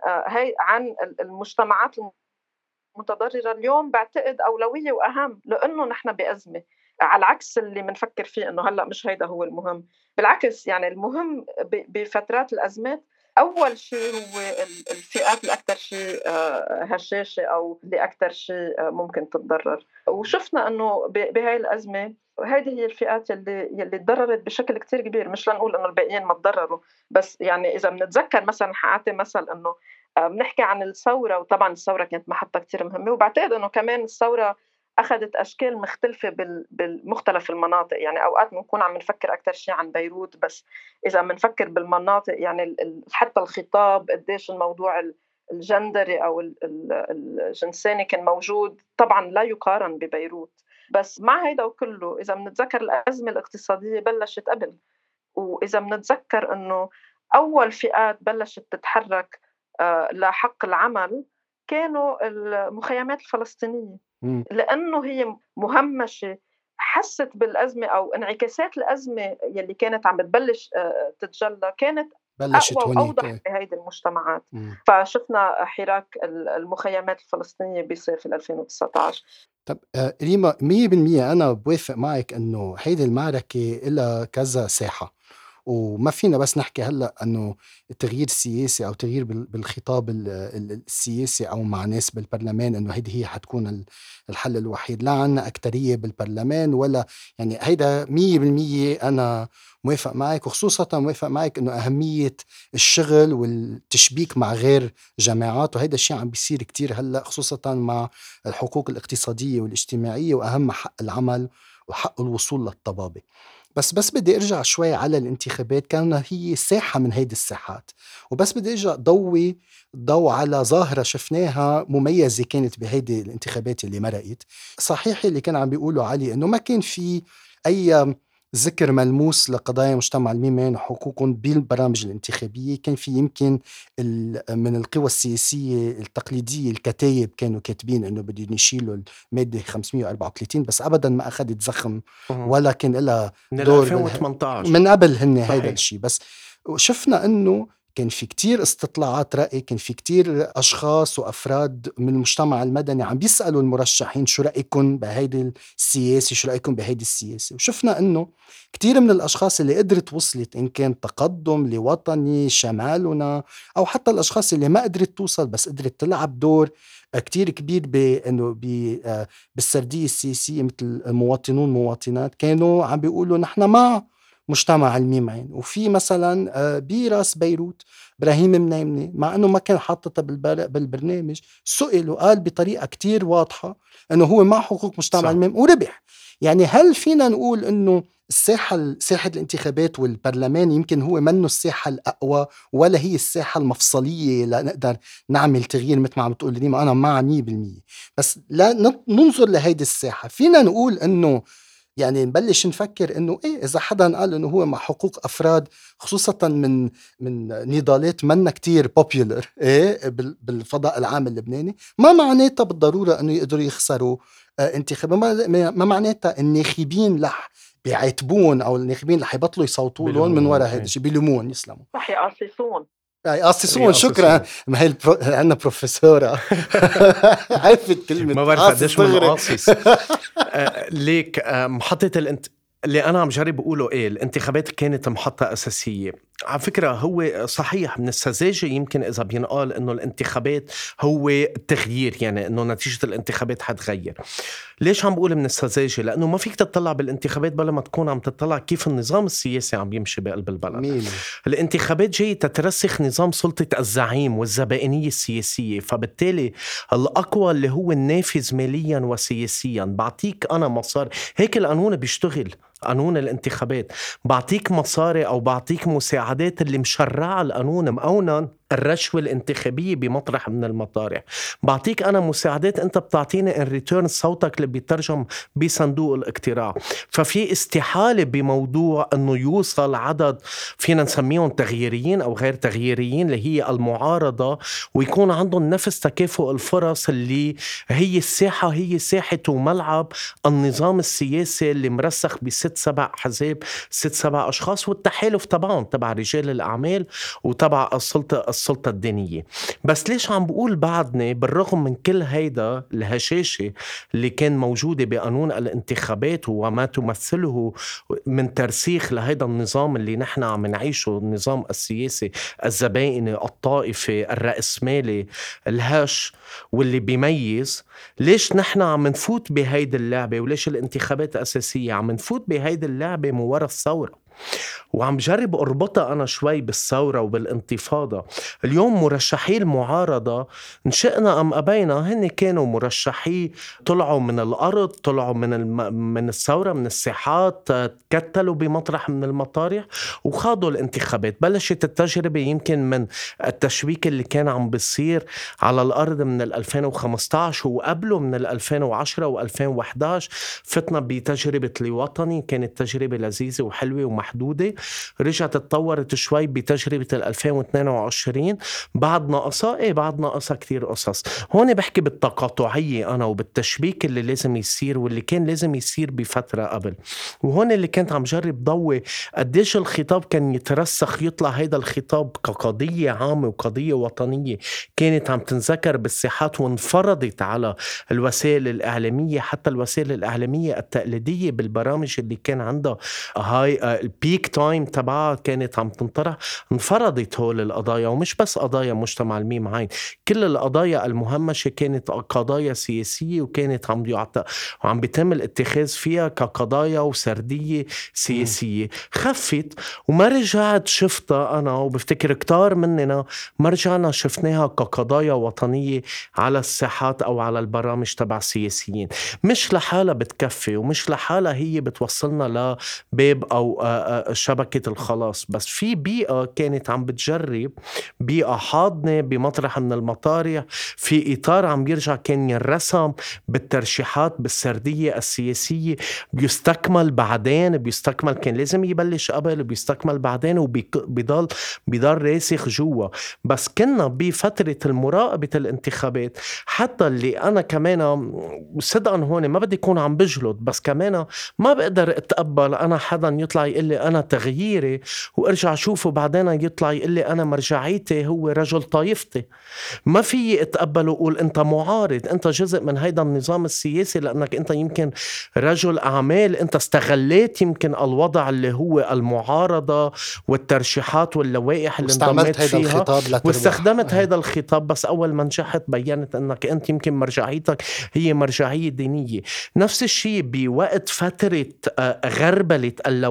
عن المجتمعات المتضررة اليوم بعتقد أولوية وأهم، لأنه نحن بأزمة، على العكس اللي منفكر فيه إنه هلأ مش هيدا هو المهم. بالعكس يعني المهم بفترات الأزمات أول شيء هو الفئات الأكثر شيء هشاشة أو اللي أكثر شيء ممكن تتضرر. وشفنا إنه بهاي الأزمة هذه هي الفئات اللي تضررت بشكل كتير كبير. مش لنقول إنه الباقيين ما تضرروا، بس يعني إذا بنتذكر مثلا حقاتي مثل إنه بنحكي عن الثورة، وطبعا الثورة كانت محطة كتير مهمة، وبعتقد إنه كمان الثورة أخذت أشكال مختلفة بالمختلف المناطق. يعني أوقات بنكون عم نفكر أكتر شيء عن بيروت، بس إذا بنفكر بالمناطق يعني حتى الخطاب قديش الموضوع الجندري أو الجنساني كان موجود، طبعا لا يقارن ببيروت. بس مع هيدا وكله إذا بنتذكر الأزمة الاقتصادية بلشت قبل، وإذا بنتذكر أنه أول فئات بلشت تتحرك لحق العمل كانوا المخيمات الفلسطينية، لأنه هي مهمشة، حست بالأزمة أو انعكاسات الأزمة يلي كانت عم بتبلش تتجلى كانت أقوى وأوضح بهيدي المجتمعات. فشفنا حراك المخيمات الفلسطينية بصيف 2019. طب ريما، 100% أنا بوافق معك أنه هيدي المعركة إلها كذا ساحة، وما فينا بس نحكي هلأ أنه التغيير السياسي أو تغيير بالخطاب السياسي أو مع ناس بالبرلمان أنه هيدي هي حتكون الحل الوحيد. لا عنا أكترية بالبرلمان ولا يعني هيدا 100% أنا موافق معك، وخصوصا موافق معك أنه أهمية الشغل والتشبيك مع غير جماعات، وهيدا الشيء عم بيصير كتير هلأ خصوصا مع الحقوق الاقتصادية والاجتماعية، وأهم حق العمل وحق الوصول للطبابة. بس بدي ارجع شوي على الانتخابات، كان هي ساحة من هيدي الساحات، وبس بدي ارجع ضوء على ظاهرة شفناها مميزة كانت بهيدي الانتخابات اللي مرقت. صحيح اللي كان عم بيقولوا علي انه ما كان في اي ذكر ملموس لقضايا مجتمع الميمين وحقوقهم بالبرامج الانتخابية. كان في يمكن من القوى السياسية التقليدية الكتايب كانوا كاتبين انه بدهم يشيلوا المادة 534، بس ابدا ما اخذت زخم ولا كان لها دور 2018 من قبل هن هيدا الشيء. بس شفنا انه كان في كتير استطلاعات رأي، كان في كتير أشخاص وأفراد من المجتمع المدني عم بيسألوا المرشحين شو رأيكم بهيدي السياسة، شو رأيكم بهيدي السياسة. وشفنا أنه كتير من الأشخاص اللي قدرت وصلت، إن كان تقدم لوطني شمالنا، أو حتى الأشخاص اللي ما قدرت توصل بس قدرت تلعب دور كتير كبير بأنه بالسردية السياسية مثل مواطنون مواطنات، كانوا عم بيقولوا نحن مع مجتمع الميمعين. وفي مثلا براس بيروت إبراهيم منيمني، مع أنه ما كان حاطتها بالبرنامج، سئل وقال بطريقة كتير واضحة أنه هو مع حقوق مجتمع الميم وربح. يعني هل فينا نقول أنه ساحة الانتخابات والبرلمان يمكن هو منه الساحة الأقوى، ولا هي الساحة المفصلية لنقدر نعمل تغيير مثل ما عم تقول ريما؟ أنا مع 100%، بس لا ننظر لهيدي الساحة. فينا نقول أنه يعني نبلش نفكر إنه إيه إذا حدا قال إنه هو مع حقوق أفراد خصوصا من نضالات منا كتير popular إيه بالفضاء العام اللبناني، ما معناتها بالضرورة إنه يقدروا يخسروا انتخابات. ما معناتها الناخبين رح بيعاتبون أو الناخبين رح يبطلوا يصوتوا لهم من وراء هذا الشيء، بيلومون. يسلموا رح يقاصصون. يقاصصون. شكرا. ما هي عندنا بروفيسورة عرفت كلمة ما بعرف قديش من قاصص. ليك محطة اللي أنا عم جرب أقوله إيه، الانتخابات كانت محطة أساسية. على فكرة هو صحيح من السذاجة يمكن إذا بينقال إنه الانتخابات هو التغيير، يعني إنه نتيجة الانتخابات حتغير. ليش عم بقول من السذاجة؟ لأنه ما فيك تطلع بالانتخابات بلا ما تكون عم تطلع كيف النظام السياسي عم يمشي بقلب البلد. الانتخابات جاي تترسخ نظام سلطة الزعيم والزبائنية السياسية، فبالتالي الأقوى اللي هو النافذ ماليا وسياسيا بعطيك أنا مصاري. هيك القانون بيشتغل، قانون الانتخابات بعطيك مصاري أو بعطيك مساعدات اللي مشرعة القانون مقونا الرشوة الانتخابية بمطرح من المطارح. بعطيك أنا مساعدات أنت بتعطيني ان ريتيرن صوتك اللي بيترجم بصندوق الاقتراع. ففي استحالة بموضوع أنه يوصل عدد فينا نسميهم تغييريين أو غير تغييريين اللي هي المعارضة ويكون عندهم نفس تكافؤ الفرص اللي هي الساحة، هي ساحة وملعب النظام السياسي اللي مرسخ ب6-7 أحزاب، 6-7 أشخاص والتحالف تبعهم تبع رجال الأعمال وتبع السلطة الدينية. بس ليش عم بقول بعدني بالرغم من كل هيدا الهشاشة اللي كان موجودة بقانون الانتخابات وما تمثله من ترسيخ لهيدا النظام اللي نحن عم نعيشه، النظام السياسي الزبائني الطائفي الرأسمالي الهش واللي بيميز، ليش نحن عم نفوت بهيدا اللعبة وليش الانتخابات أساسية عم نفوت بهيدا اللعبة من وراء الثورة؟ وعم جرب أربطها أنا شوي بالثورة وبالانتفاضة. اليوم مرشحي المعارضة نشأنا أم أبينا هن كانوا مرشحي طلعوا من الأرض، طلعوا من الثورة، من الساحات، تكتلوا بمطرح من المطارح وخاضوا الانتخابات. بلشت التجربة يمكن من التشويك اللي كان عم بيصير على الأرض من 2015 وقبله من 2010 و2011 فتنا بتجربة الوطني، كانت تجربة لذيذة وحلوة ومحدودة. رجعت اتطورت شوي بتجربة 2022 بعد ناقصة بعد ناقصة كتير قصص. هون بحكي بالتقاطعية أنا وبالتشبيك اللي لازم يصير واللي كان لازم يصير بفترة قبل. وهون اللي كنت عم جرب ضوي قديش الخطاب كان يترسخ، يطلع هيدا الخطاب كقضية عامة وقضية وطنية كانت عم تنذكر بالساحات وانفرضت على الوسائل الإعلامية، حتى الوسائل الإعلامية التقليدية بالبرامج اللي كان عندها هاي البيك تايم تبعها كانت عم تنطرح. انفرضت هول القضايا، ومش بس قضايا مجتمع الميم عين، كل القضايا المهمشة كانت قضايا سياسية وكانت عم بيتم الاتخاذ فيها كقضايا وسردية سياسية. خفت وما رجعت شفتها أنا وبفتكر كتار مننا ما رجعنا شفناها كقضايا وطنية على الساحات أو على البرامج تبع السياسيين. مش لحالها بتكفي ومش لحالها هي بتوصلنا لباب أو شبكة الخلاص، بس في بيئة كانت عم بتجرب، بيئة حاضنة بمطرح من المطارح، في إطار عم بيرجع كان ينرسم بالترشيحات بالسردية السياسية، بيستكمل بعدين، بيستكمل كان لازم يبلش قبل وبيستكمل بعدين وبيضل راسخ جوا. بس كنا بفترة المراقبة الانتخابات حتى اللي أنا كمان صدقا هون ما بدي يكون عم بجلد، بس كمان ما بقدر اتقبل أنا حدا يطلع يقول لي أنا تغييري وارجع أشوفه بعدين يطلع يقول لي أنا مرجعيتي هو رجل طائفتي. ما في اتقبل وقول أنت معارض، أنت جزء من هيدا النظام السياسي لأنك أنت يمكن رجل أعمال، أنت استغليت يمكن الوضع اللي هو المعارضة والترشيحات واللوائح اللي انضميت فيها واستخدمت هيدا الخطاب. بس أول ما نجحت بيّنت أنك أنت يمكن مرجعيتك هي مرجعية دينية. نفس الشيء بوقت فترة غربلة اللوائح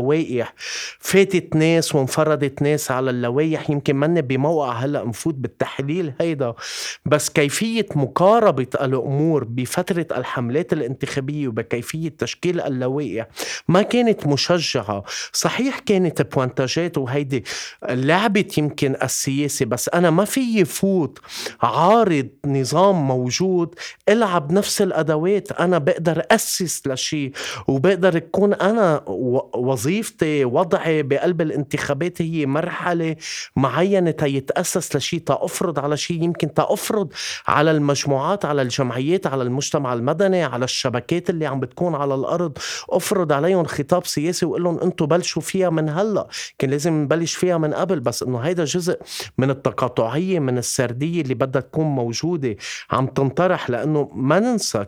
لوائح، فاتت ناس وانفرضت ناس على اللوائح. يمكن مني بموقع هلأ نفوت بالتحليل هيدا، بس كيفية مقاربة الأمور بفترة الحملات الانتخابية وبكيفية تشكيل اللوائح ما كانت مشجعة. صحيح كانت بوانتاجات وهيدي لعبت يمكن السياسة، بس أنا ما في فوت عارض نظام موجود العب نفس الأدوات. أنا بقدر أسس لشيء وبقدر يكون أنا وظيفتي وضعي بقلب الانتخابات هي مرحلة معينة تيتأسس لشيء، تأفرض على شيء، يمكن تأفرض على المجموعات، على الجمعيات، على المجتمع المدني، على الشبكات اللي عم بتكون على الأرض، أفرض عليهم خطاب سياسي وقول لهم أنتوا بلشوا فيها من هلأ. كان لازم نبلش فيها من قبل، بس إنه هيدا جزء من التقاطعية، من السردية اللي بدها تكون موجودة عم تنطرح. لأنه ما ننسى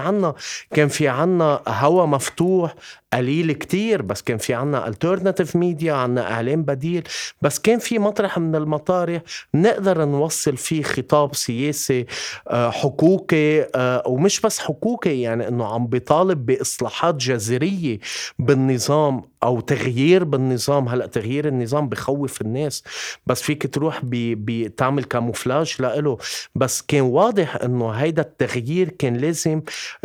كان في عنا هوا مفتوح قليل كتير، بس كان في عنا alternative media، عنا إعلام بديل، بس كان في مطرح من المطارح نقدر نوصل فيه خطاب سياسي حقوقي، ومش بس حقوقي، يعني إنه عم بيطالب بإصلاحات جذرية بالنظام أو تغيير بالنظام. هلأ تغيير النظام بخوف الناس، بس فيك تروح بتعمل كاموفلاج لإله. بس كان واضح إنه هيدا التغيير كان لازم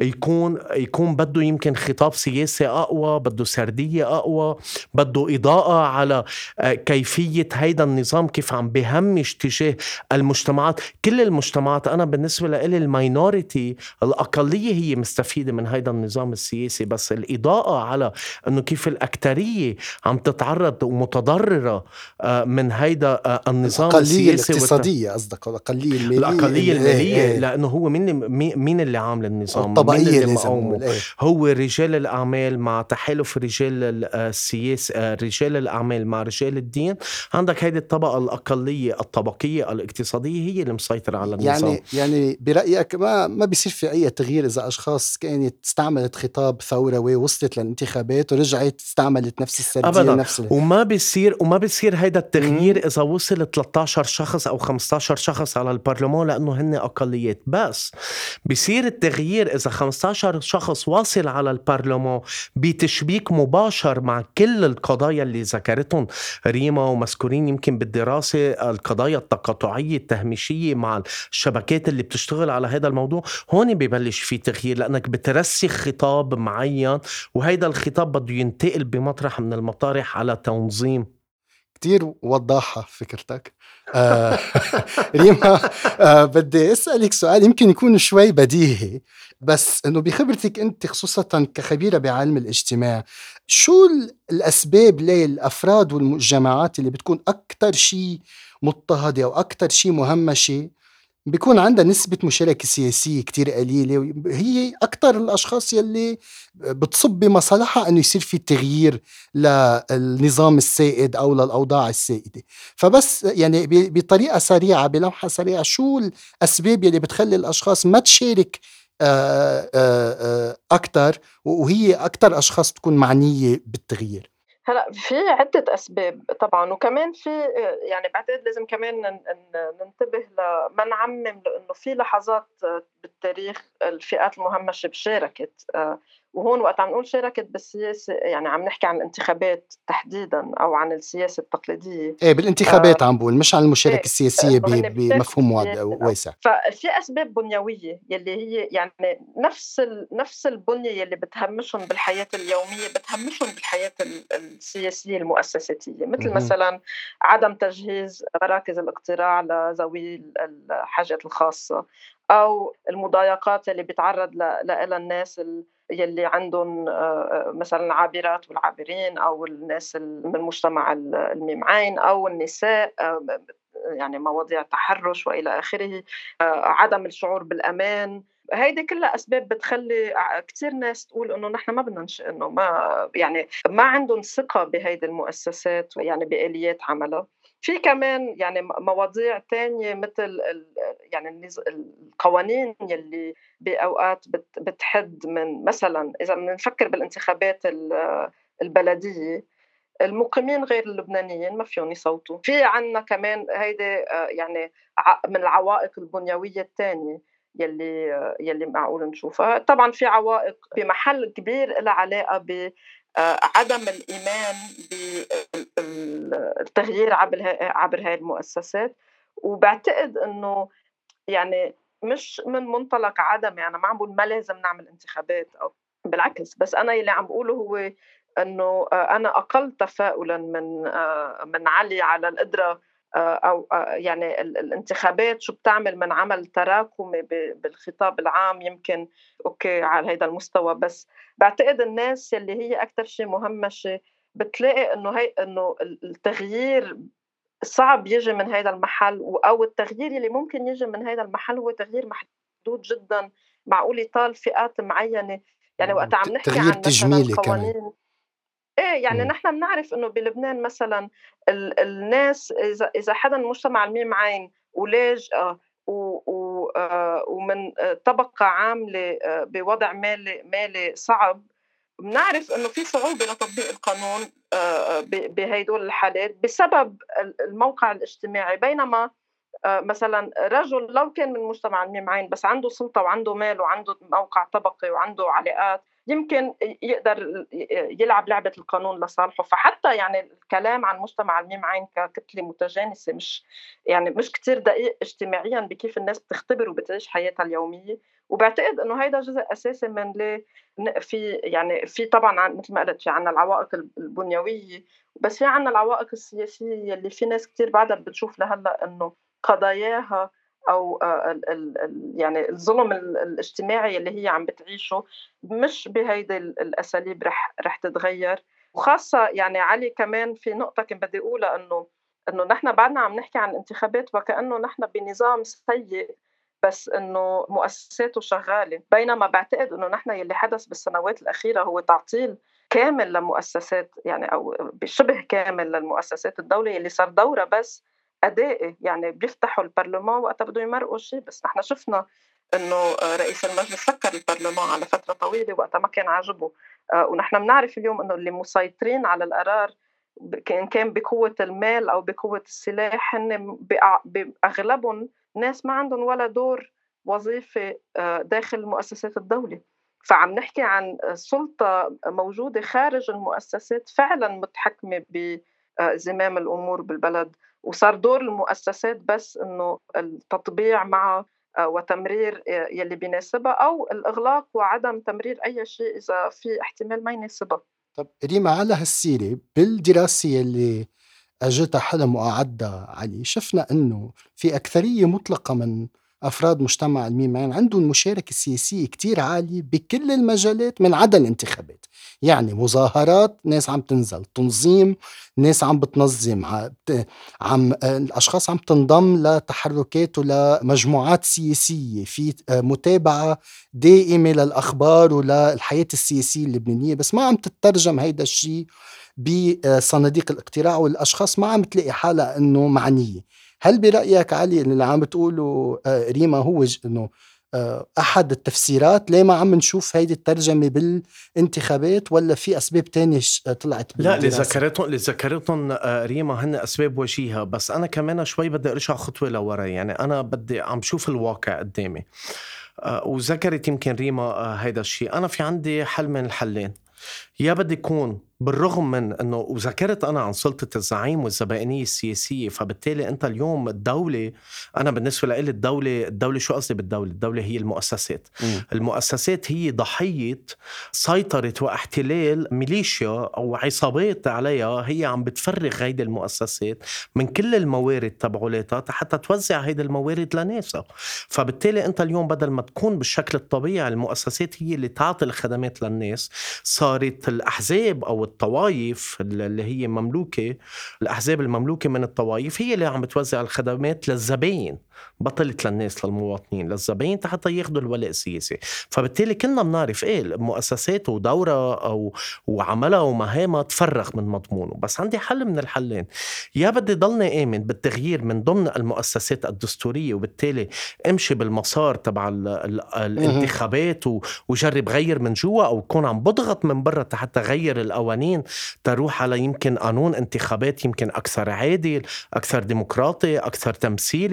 يكون بده يمكن خطاب سياسي أقوى، بده سردية أقوى، بده إضاءة على كيفية هيدا النظام كيف عم بهمش تجاه المجتمعات. كل المجتمعات، أنا بالنسبة لي الماينوريتي، الأقلية هي مستفيدة من هيدا النظام السياسي، بس الإضاءة على أنه كيف الأكترية عم تتعرض ومتضررة من هيدا النظام الأقلية السياسي الاقتصادية قصدك، الأقلية المالية. الأقلية المالية، لأنه هو مين اللي عامل النظام، مين الطبقية اللي لازم مقومه؟ نقول هو رجال الأعمال مع تحالف رجال السياسة، رجال الأعمال مع رجال الدين. عندك هيدي الطبقة الأقلية الطبقية الاقتصادية هي اللي مسيطرة على النظام. يعني برأيك ما بيصير في أي تغيير إذا أشخاص كانت استعملت خطاب ثوروي وصلت للانتخابات ورجعت استعملت نفس السردية أبدا، ونفس وما بيصير هيدا التغيير إذا وصل 13 شخص أو 15 شخص على البرلمان، لأنه هن أقليات. بس بيصير التغيير إذا 15 شخص واصل على البرلمان بتشبيك مباشر مع كل القضايا اللي ذكرتهم ريما ومذكورين يمكن بالدراسة، القضايا التقاطعية التهميشية مع الشبكات اللي بتشتغل على هذا الموضوع. هون ببلش في تغيير، لأنك بترسخ خطاب معين، وهيدا الخطاب بده ينتقل بمطرح من المطارح على تنظيم. كتير وضاحة فكرتك. ريما، بدي أسألك سؤال يمكن يكون شوي بديهي، بس إنه بخبرتك أنت خصوصا كخبيرة بعلم الاجتماع، شو الأسباب ليه الأفراد والجماعات اللي بتكون أكتر شيء مضطهدة أو أكتر شيء مهمشة بيكون عندها نسبة مشاركة سياسية كتير قليلة، هي أكتر الأشخاص يلي بتصب بمصالحها أنه يصير في تغيير للنظام السائد أو للأوضاع السائدة؟ فبس يعني بطريقة سريعة، بلمحة سريعة، شو الأسباب يلي بتخلي الأشخاص ما تشارك أكتر، وهي أكتر أشخاص تكون معنية بالتغيير؟ هلأ في عدة أسباب طبعًا، وكمان في يعني باعتقد لازم كمان ننتبه ما نعمم، لإنه في لحظات بالتاريخ الفئات المهمشة شاركت، وهون وقت عم نقول شاركت بالسياسة يعني عم نحكي عن الانتخابات تحديدًا أو عن السياسة التقليدية. إيه، بالانتخابات عم بقول، مش عن المشاركة إيه، السياسية إنه هن بيشاركوا بمفهوم بالسياسة واسع. ففي أسباب بنيوية يلّي هي يعني نفس البنية يلّي بتهمّشهم بالحياة اليومية بتهمّشهم بالحياة السياسية المؤسساتية، مثل مهم. مثلًا عدم تجهيز مراكز الاقتراع لذوي الحاجات الخاصة، أو المضايقات يلّي بيتعرّض لإلها الناس يلّي عندهم مثلًا العابرات والعابرين، أو الناس من مجتمع الميم عين، أو النساء، يعني مواضيع التحرش وإلى آخره، عدم الشعور بالأمان. هيدي كلها أسباب بتخلّي كتير ناس تقول إنه نحن ما بدنا إنه ما يعني ما عندهم ثقة بهيدي المؤسسات ويعني بآليات عملها. في كمان يعني مواضيع تانية مثل يعني القوانين يلّي بأوقات بتحد من، مثلًا إذا بدنا نفكر بالانتخابات البلدية، المقيمين غير اللبنانيين ما فيهم يصوتوا. في عنا كمان هيدي يعني من العوائق البنيوية التانية، يلي معقول نشوفها. طبعا في عوائق بمحل كبير لها علاقة بعدم الإيمان بالتغيير عبر هاي المؤسسات. وبعتقد إنه يعني مش من منطلق عدم، يعني ما عم بقول ما لازم نعمل انتخابات أو بالعكس، بس أنا يلي عم بقوله هو إنه أنا أقل تفاؤلا من علي على القدرة أو يعني الانتخابات شو بتعمل من عمل تراكمي بالخطاب العام، يمكن أوكي على هيدا المستوى. بس بعتقد الناس اللي هي أكتر شيء مهمشة بتلاقي إنه التغيير صعب يجي من هيدا المحل، أو التغيير اللي ممكن يجي من هيدا المحل هو تغيير محدود جدا، معقول يطال فئات معينة. يعني وقت عم نحكي تغيير عن مثلا تجميلي كمان. قوانين، إيه يعني نحن بنعرف إنه بلبنان مثلًا الناس إذا حدا من مجتمع الميم عين ولاجئة و و ومن طبقة عاملة بوضع مالي صعب، بنعرف إنه في صعوبة لتطبيق القانون بهيدول الحالات بسبب الموقع الاجتماعي. بينما مثلًا رجل لو كان من مجتمع الميم عين بس عنده سلطة وعنده مال وعنده موقع طبقي وعنده علاقات، يمكن يقدر يلعب لعبة القانون لصالحه. فحتى يعني الكلام عن مجتمع الميم عين ككتلة متجانسة مش كتير دقيق اجتماعيًا بكيف الناس بتختبر وبتعيش حياتها اليومية. وباعتقد إنه هيدا جزء أساسي من ليه في طبعًا مثل ما قلت في عنا العوائق البنيوية، بس في عنا العوائق السياسية اللي في ناس كتير بعدها بتشوف لهلأ إنه قضاياها أو يعني الظلم الاجتماعي اللي هي عم بتعيشه مش بهيدي الأساليب رح تتغيّر. وخاصة يعني علي كمان في نقطة كنت بدي أقولها، إنه نحن بعدنا عم نحكي عن انتخابات وكأنه نحن بنظام سيء بس إنه مؤسساته شغالة. بينما باعتقد إنه نحن يلي حدث بالسنوات الأخيرة هو تعطيل كامل لمؤسسات، يعني أو بشبه كامل للمؤسسات الدولة يلي صار دورها بس أدائي. يعني بيفتحوا البرلمان وقتها بدهم يمرقوا شيء، بس نحن شفنا إنه رئيس المجلس سكر البرلمان على فترة طويلة وقتها ما كان عاجبه. ونحن بنعرف اليوم إنه اللي مسيطرين على القرار كان بقوة المال أو بقوة السلاح، هن بأغلبهم ناس ما عندهم ولا دور وظيفة داخل مؤسسات الدولة. فعم نحكي عن سلطة موجودة خارج المؤسسات فعلا متحكمة بزمام الأمور بالبلد، وصار دور المؤسسات بس إنه التطبيع مع وتمرير يلي بيناسبها أو الإغلاق وعدم تمرير أي شيء إذا في احتمال ما يناسبها. طب ريما، على هالسيرة بالدراسة اللي أجتها حلم وأعدها علي، شفنا أنه في أكثرية مطلقة من أفراد مجتمع الميم عين عندهم مشاركة سياسية كتير عالية بكل المجالات من عدا الانتخابات. يعني مظاهرات ناس عم تنزل، تنظيم ناس عم بتنظم، الأشخاص عم تنضم لتحركات ولمجموعات سياسية، في متابعة دائمة للأخبار وللحياة السياسية اللبنانية، بس ما عم تترجم هيدا الشيء بصناديق الاقتراع، والأشخاص ما عم تلاقي حالها أنه معنية. هل برأيك علي اللي عم بتقوله ريما هو أنه أحد التفسيرات ليه ما عم نشوف هيدي الترجمة بالانتخابات، ولا في أسباب تانية طلعت لا، بالدراسة؟ اللي ذكرتهم ريما هن أسباب وجيهة، بس أنا كمان شوي بدي أرجع خطوة لورا. يعني أنا بدي عم شوف الواقع قدامي، وذكرت يمكن ريما هيدا الشيء. أنا في عندي حل من الحلين. يا بدي يكون بالرغم من أنه وذكرت أنا عن سلطة الزعيم والزبائنية السياسية، فبالتالي أنت اليوم الدولة، أنا بالنسبة لي الدولة شو قصدي بالدولة؟ الدولة هي المؤسسات. المؤسسات هي ضحية سيطرة واحتلال ميليشيا أو عصابات عليها، هي عم بتفرغ هيدي المؤسسات من كل الموارد تبعولاتها حتى توزع هيدي الموارد لناسها. فبالتالي أنت اليوم بدل ما تكون بالشكل الطبيعي المؤسسات هي اللي تعطي الخدمات للناس، صارت الأحزاب أو الطوائف اللي هي مملوكة، الأحزاب المملوكة من الطوائف هي اللي عم توزع الخدمات للزبائن، بطلت للناس للمواطنين، للزبائن حتى ياخدوا الولاء السياسي. فبالتالي كلنا بنعرف المؤسسات ودورها وعملها ومهامها تفرغ من مضمونه. بس عندي حل من الحلين. يا بدي ضلني آمن بالتغيير من ضمن المؤسسات الدستورية، وبالتالي امشي بالمسار تبع الانتخابات وجرب غير من جوا، أو كون عم بضغط من برا حتى غير القوانين تروح على يمكن قانون انتخابات يمكن أكثر عادل، أكثر ديمقراطي، أكثر تمثيلي، بيمثل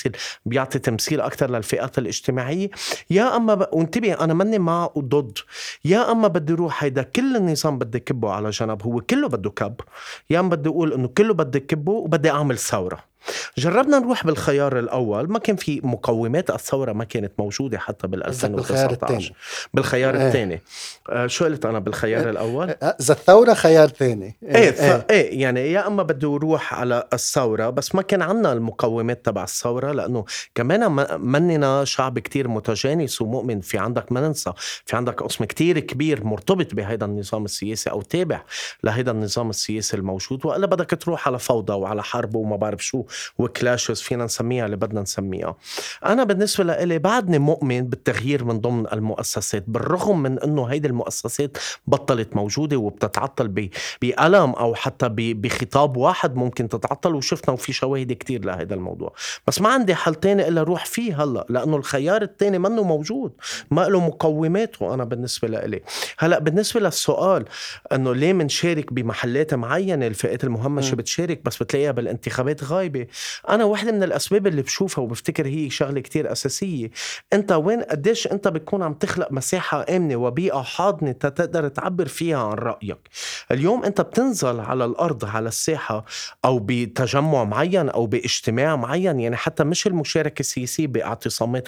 بيعطي تمثيل أكتر للفئات الاجتماعية، يا أما وانتبه أنا مني مع وضد، يا أما بدي روح هيدا كل النظام بدي كبه على جنب، هو كله بده كب، يا أما بدي أقول إنه كله بدي كبه وبدي أعمل ثورة. جربنا نروح بالخيار الأول، ما كان في مقومات الثورة، ما كانت موجودة حتى بال2019. بالخيار الثاني شو قلت أنا بالخيار الأول؟ إذا الثورة خيار ثاني. إيه يعني يا أما بده يروح على الثورة، بس ما كان عنا المقومات تبع الثورة، لأنه كمان مننا شعب كتير متجانس ومؤمن. في عندك ما ننسى، في عندك قسم كتير كبير مرتبط بهيدا النظام السياسي أو تابع لهيدا النظام السياسي الموجود، وإلا بدك تروح على فوضى وعلى حرب وما بعرف شو وكلاشز فينا نسميها اللي بدنا نسميها. أنا بالنسبة لي بعدني مؤمن بالتغيير من ضمن المؤسسات، بالرغم من أنه هيدي المؤسسات بطلت موجودة وبتتعطل بألم أو حتى بخطاب واحد ممكن تتعطل، وشفنا وفي شواهد كتير لهذا الموضوع. بس ما عندي حل تاني إلا روح فيه هلأ، لأنه الخيار التاني منه موجود، ما له مقوماته. أنا بالنسبة لي هلأ بالنسبة للسؤال أنه ليه منشارك بمحلات معينة، الفئات المهمشة بتشارك بس بتلاقيها بالانتخابات غايبة. أنا واحدة من الأسباب اللي بشوفها وبفتكر هي شغلة كتير أساسية، أنت وين قديش أنت بتكون عم تخلق مساحة آمنة وبيئة حاضنة تقدر تعبر فيها عن رأيك. اليوم أنت بتنزل على الأرض على الساحة أو بتجمع معين أو باجتماع معين، يعني حتى مش المشاركة السياسية باعتصامات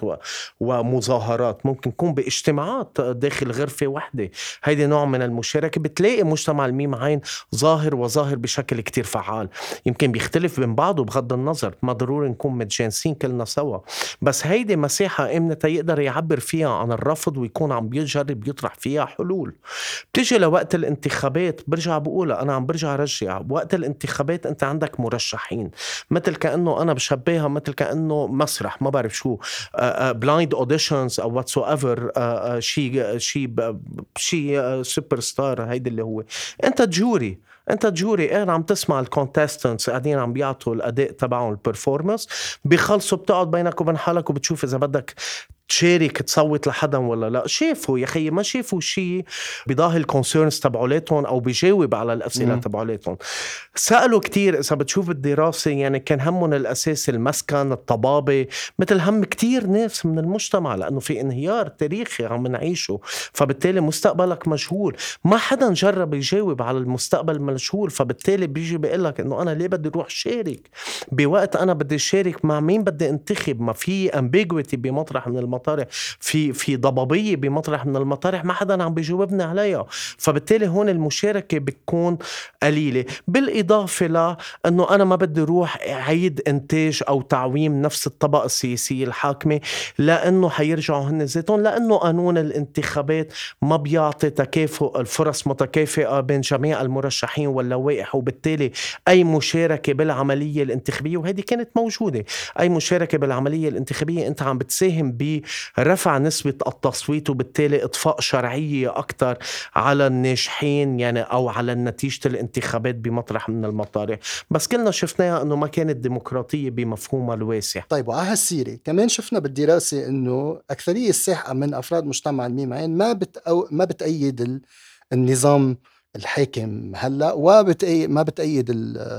ومظاهرات، ممكن يكون باجتماعات داخل غرفة واحدة، هيدي نوع من المشاركة. بتلاقي مجتمع الميم عين ظاهر بشكل كتير فعال، يمكن بيختلف بين بعضه بغض النظر، ما ضروري نكون متجانسين كلنا سوا، بس هيدي مساحة آمنة يقدر يعبر فيها عن الرفض ويكون عم بيجرب يطرح فيها حلول. بتيجي لوقت الانتخابات، برجع بقولها أنا عم برجع رجع، وقت الانتخابات أنت عندك مرشحين مثل كأنه أنا بشبهها مثل كأنه مسرح، ما بعرف شو بلايند اوديشنز أو whatsoever، شي سوبر ستار. هيدي اللي هو أنت تجوري قاعد عم تسمع الكونتستنتس قاعدين عم بيعطوا الأداء تبعهم البرفورمانس، بيخلصوا بتقعد بينك وبين حالك وبتشوف إذا بدك تشارك تصوت لحدا ولا لا. شافوا يا أخي ما شافوا شيء بضاهي الكونسيرنز تبعولاتهم أو بيجاوب على الأسئلة تبعولاتهم. سألوا كتير، إذا بتشوف الدراسة يعني كان همهم الأساس المسكن، الطبابة، مثل هم كتير ناس من المجتمع، لأنه في انهيار تاريخي عم نعيشه، فبالتالي مستقبلك مجهول. ما حدا جرب يجاوب على المستقبل مجهول، فبالتالي بيجي بيقلك إنه أنا ليه بدي روح شارك بوقت أنا بدي شارك مع مين بدي انتخب. ما في ambiguity بمطرح من المطارح، في ضبابية بمطرح من المطارح ما حدا عم بيجاوبنا عليها، فبالتالي هون المشاركة بتكون قليلة. بالإضافة لأنه أنا ما بدي روح عيد إنتاج أو تعويم نفس الطبقة السياسية الحاكمة، لأنه حيرجعوا هن ذاتهم، لأنه قانون الانتخابات ما بيعطي تكافؤ الفرص متكافئة بين جميع المرشحين واللوائح، وبالتالي أي مشاركة بالعملية الانتخابية، وهذه كانت موجودة، أي مشاركة بالعملية الانتخابية أنت عم بتساهم برفع نسبة التصويت وبالتالي إضفاء شرعية أكتر على الناجحين يعني أو على نتيجة الانتخابات بمطرح من المطارح. بس كلنا شفناها أنه ما كانت ديمقراطية بمفهومها الواسع. طيب، وعلى هالسيرة كمان شفنا بالدراسة أنه أكثرية الساحة من أفراد مجتمع الميم عين ما بتأيد النظام الحاكم هلأ، ما بتأيد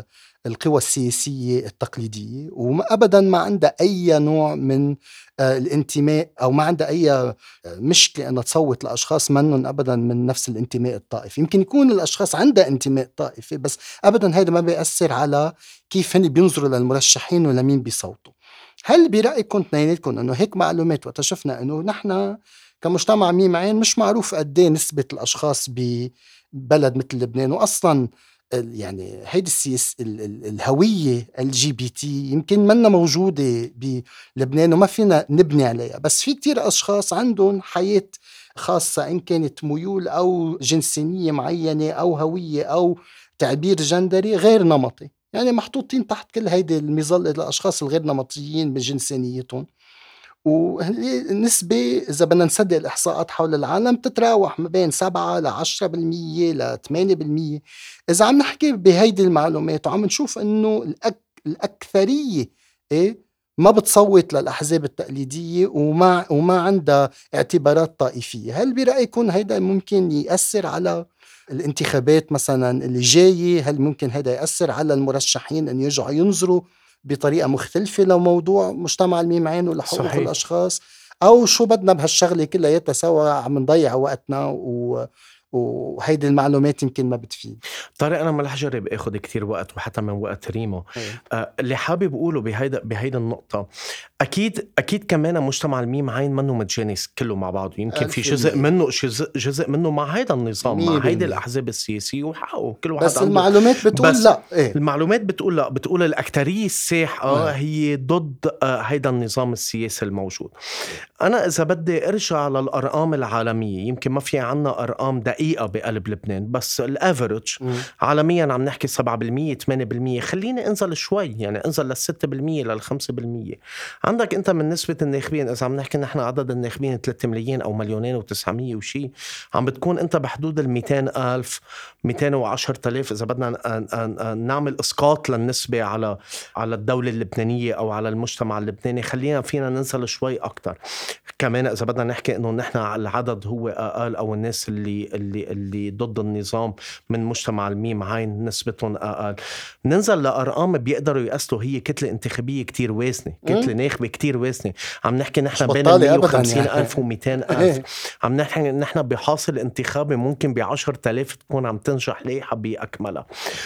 القوى السياسية التقليدية، وأبدا ما عندها أي نوع من الانتماء، أو ما عندها أي مشكلة أن تصوت لأشخاص منهم أبدا من نفس الانتماء الطائفي. يمكن يكون الأشخاص عندها انتماء طائفي، بس أبدا هذا ما بيأثر على كيف هن بينظروا للمرشحين ولمين بيصوتوا. هل برأيكم اثنيناتكم أنه هيك معلومات وتشفنا أنه نحن كمجتمع ميم عين مش معروف قديه نسبة الأشخاص ببلد مثل لبنان، وأصلا يعني هيدي السياسة الهوية LGBT يمكن منا موجودة بلبنان وما فينا نبني عليها، بس في كتير أشخاص عندهم حياة خاصة، إن كانت ميول أو جنسية معينة أو هوية أو تعبير جندري غير نمطي، يعني محطوطين تحت كل هيدي المظلة الأشخاص الغير نمطيين بجنسانيتهم. ونسبة إذا بدنا نصدق الإحصاءات حول العالم تتراوح ما بين 7 ل 10% ل 8%. إذا عم نحكي بهيدي المعلومات وعم نشوف إنه الأكثرية ما بتصوت للأحزاب التقليدية وما عندها اعتبارات طائفية، هل برأيكم هيدا ممكن يأثر على الانتخابات مثلا اللي جاية؟ هل ممكن هيدا يأثر على المرشحين أن يرجعوا ينظروا بطريقة مختلفة لموضوع مجتمع الميم عين ولحقوق صحيح. الأشخاص، أو شو بدنا بهالشغلة كلها سوا عم نضيع وقتنا وهيدي المعلومات يمكن ما بتفيد. طارق، أنا ما رح جرب أخذ كتير وقت وحتى من وقت ريمو. اللي حابب أقوله بهيدا النقطة، أكيد كمان مجتمع الميم عين منه متجانس كله مع بعض، يمكن في جزء منه مع هيدا النظام، مع هيدا الأحزاب السياسية وحقه كل واحد بس عنده. المعلومات بتقول بس لا. المعلومات بتقول لا، بتقول الأكترية الساحقة هي ضد هيدا النظام السياسي الموجود. أنا إذا بدي أرجع للأرقام العالمية، يمكن ما في عنا أرقام دقيقة بقلب لبنان، بس الأفريج عالميا عم نحكي 7% 8%. خليني انزل شوي، يعني انزل لل6% لل5%. عندك انت من نسبة الناخبين، اذا عم نحكي نحن عدد الناخبين 3 مليون او 2,900,000 وشي، عم بتكون انت بحدود 200,000 210,000 اذا بدنا نعمل اسقاط للنسبة على الدولة اللبنانية او على المجتمع اللبناني. خلينا فينا ننزل شوي اكتر كمان اذا بدنا نحكي انه نحن العدد هو اقل، او الناس اللي ضد النظام من مجتمع الميم عين نسبتهم أقل. ننزل لأرقام بيقدروا يأصلوا هي كتلة انتخابية كتير واسنة، كتلة ناخبة كتير واسنة. عم نحكي نحن بين 150,000 و200,000. عم نحكي نحن بحاصل انتخابي ممكن ب10,000 تكون عم تنجح لايحة بأكملها.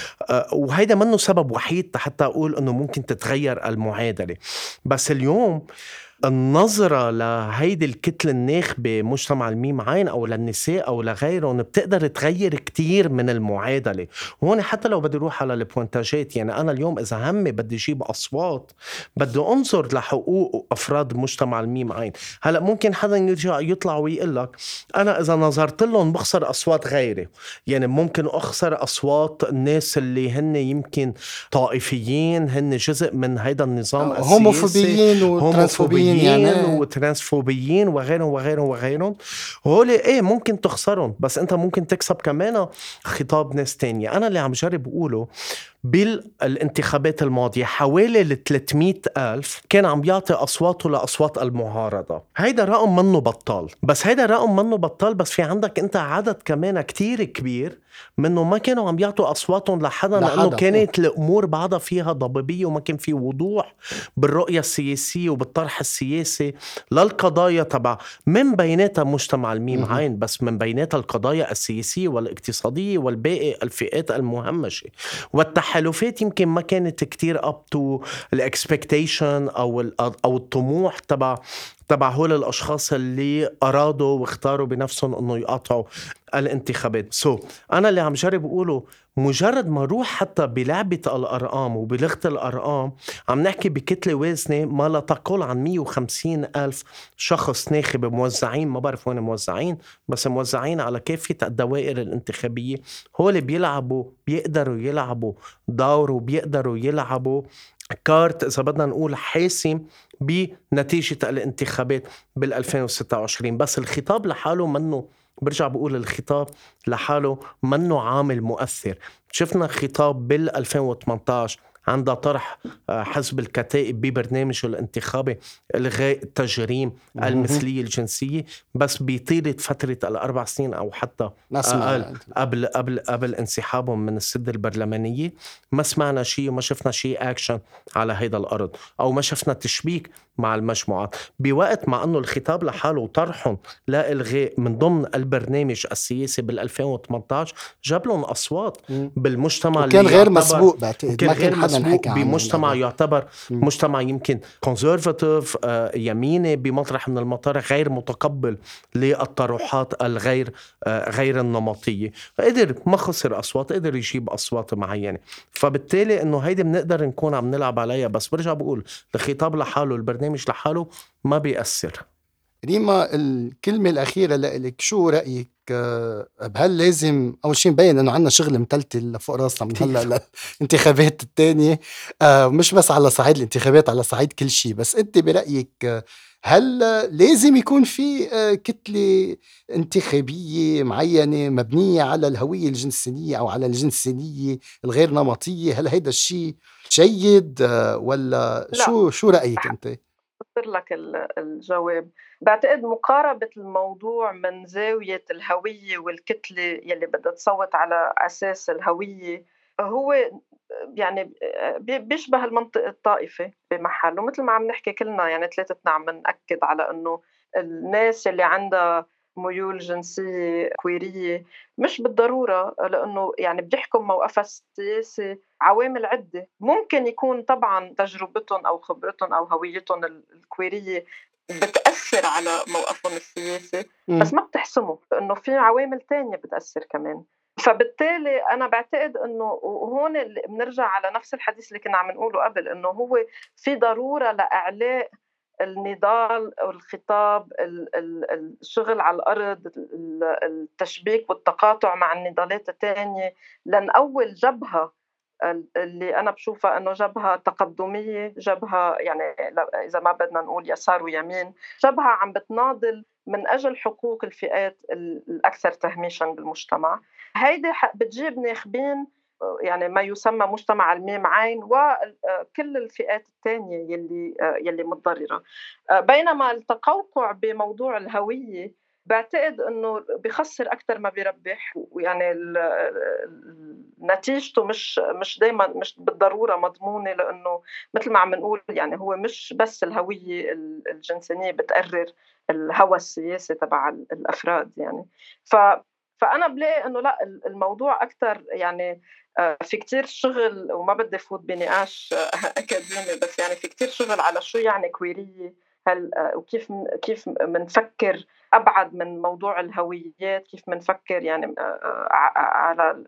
وهيدا منه سبب وحيد حتى أقول أنه ممكن تتغير المعادلة. بس اليوم النظرة لهيدي الكتلة الناخبة مجتمع الميم عين أو للنساء أو لغيرهم بتقدر تغير كتير من المعادلة. هون حتى لو بدي روح على البوانتاجات، يعني أنا اليوم إذا همي بدي جيب أصوات، بدي أنظر لحقوق أفراد مجتمع الميم عين. هلأ ممكن حدا يرجع يطلع ويقول لك أنا إذا نظرت لهم بخسر أصوات غيري، يعني ممكن أخسر أصوات الناس اللي هن يمكن طائفيين، هن جزء من هيدا النظام السياسي، هوموفوبيين وترانسفوبيين وترانسفوبيين وغيرهم. هولي ممكن تخسرهم، بس انت ممكن تكسب كمان خطاب ناس تانية. انا اللي عم جرب اقوله بالانتخابات الماضية حوالي 300,000 كان عم يعطي أصواته لأصوات المعارضة. هيدا رقم منه بطال، بس في عندك انت عدد كمان كتير كبير منه ما كانوا عم يعطوا أصواتهم لحدا لأنه كانت الأمور بعضها فيها ضبابية وما كان في وضوح بالرؤية السياسية وبالطرح السياسي للقضايا تبع من بيناتها مجتمع الميم عين، بس من بيناتها القضايا السياسية والاقتصادية والباقي الفئات المهمشة. والتحالفات يمكن ما كانت كتير up to الاكسبكتيشن أو الطموح تبع هول الأشخاص اللي أرادوا واختاروا بنفسهم أنه يقاطعوا الانتخابات. أنا اللي عم جرب أقوله مجرد ما روح حتى بلعبة الأرقام وبلغة الأرقام، عم نحكي بكتلة وازنة ما لا تقل عن 150,000 شخص ناخب موزعين، ما بعرف وين موزعين، بس موزعين على كافة الدوائر الانتخابية. هول بيقدروا يلعبوا دور وبيقدروا يلعبوا كارت إذا بدنا نقول حاسم بنتيجة الانتخابات بال2026. بس الخطاب لحاله منه، برجع بقول الخطاب لحاله منه عامل مؤثر. شفنا خطاب بال2018 عند طرح حزب الكتائب ببرنامجه الانتخابي إلغاء التجريم المثلية الجنسية، بس بطيلة فترة 4 سنين أو حتى أقل قبل انسحابهم من السدة البرلمانية. ما سمعنا شيء وما شفنا شيء أكشن على هيدا الأرض، أو ما شفنا تشبيك مع المجموعات، بوقت مع أنه الخطاب لحاله وطرحهم لا إلغاء من ضمن البرنامج السياسي بال2018 جاب لهم أصوات بالمجتمع اللي كان غير مسبوق، كان غير مسبوق بمجتمع يعتبر مجتمع يمكن كونسيرفاتيف يميني بمطرح من المطارح، غير متقبل للطروحات غير النمطية. قدر ما خسر أصوات، قدر يجيب أصوات معينة. فبالتالي إنه هيدا بنقدر نكون عم نلعب عليها. بس برجع بقول الخطاب لحاله البرنامج لحاله ما بيأثر. ريما، الكلمة الأخيرة لك، شو رأيك بهل لازم أول شيء مبين أنه عنا شغل متلتل فوق راسنا من هلأ الانتخابات التانية، مش بس على صعيد الانتخابات، على صعيد كل شيء. بس أنت برأيك هل لازم يكون في كتلة انتخابية معينة مبنية على الهوية الجنسية أو على الجنسية الغير نمطية؟ هل هيدا الشيء جيد ولا لا. شو رأيك أنت؟ أصدر لك الجواب. بعتقد مقاربة الموضوع من زاوية الهوية والكتلة يلي بدها تصوت على أساس الهوية هو يعني بيشبه المنطق الطائفي بمحل، ومثل ما عم نحكي كلنا يعني ثلاثتنا عم نأكد على إنه الناس اللي عندها ميول جنسية كويرية مش بالضرورة لأنه يعني بيحكم موقفها السياسي عوامل عدة، ممكن يكون طبعا تجربتهم أو خبرتهم أو هويتهم الكويرية بتأثر على موقفهم السياسي، بس ما بتحسمه لأنه في عوامل تانية بتأثر كمان. فبالتالي أنا باعتقد إنه وهون بنرجع على نفس الحديث اللي كنا عم نقوله قبل، إنه هو في ضرورة لإعلاء النضال أو الخطاب الشغل على الأرض التشبيك والتقاطع مع النضالات التانية لنقوّل جبهة اللي أنا بشوفها إنه جبهة تقدمية، جبهة يعني إذا ما بدنا نقول يسار ويمين، جبهة عم بتناضل من أجل حقوق الفئات الأكثر تهميشًا بالمجتمع. هيدي بتجيب ناخبين يعني ما يسمى مجتمع الميم عين وكل الفئات التانية يلي متضررة. بينما التقوقع بموضوع الهوية باعتقد إنه بيخسر أكتر ما بيربح، ويعني نتيجته مش دايمًا مش بالضرورة مضمونة، لإنه مثل ما عم نقول يعني هو مش بس الهوية الجنسية بتقرر الهوى السياسي تبع الأفراد يعني. فأنا بلاقي إنه لأ الموضوع أكتر يعني في كتير شغل، وما بدي فوت بنقاش أكاديمي، بس يعني في كتير شغل على شو يعني كويرية، هل كيف منفكر أبعد من موضوع الهويات، كيف منفكر يعني على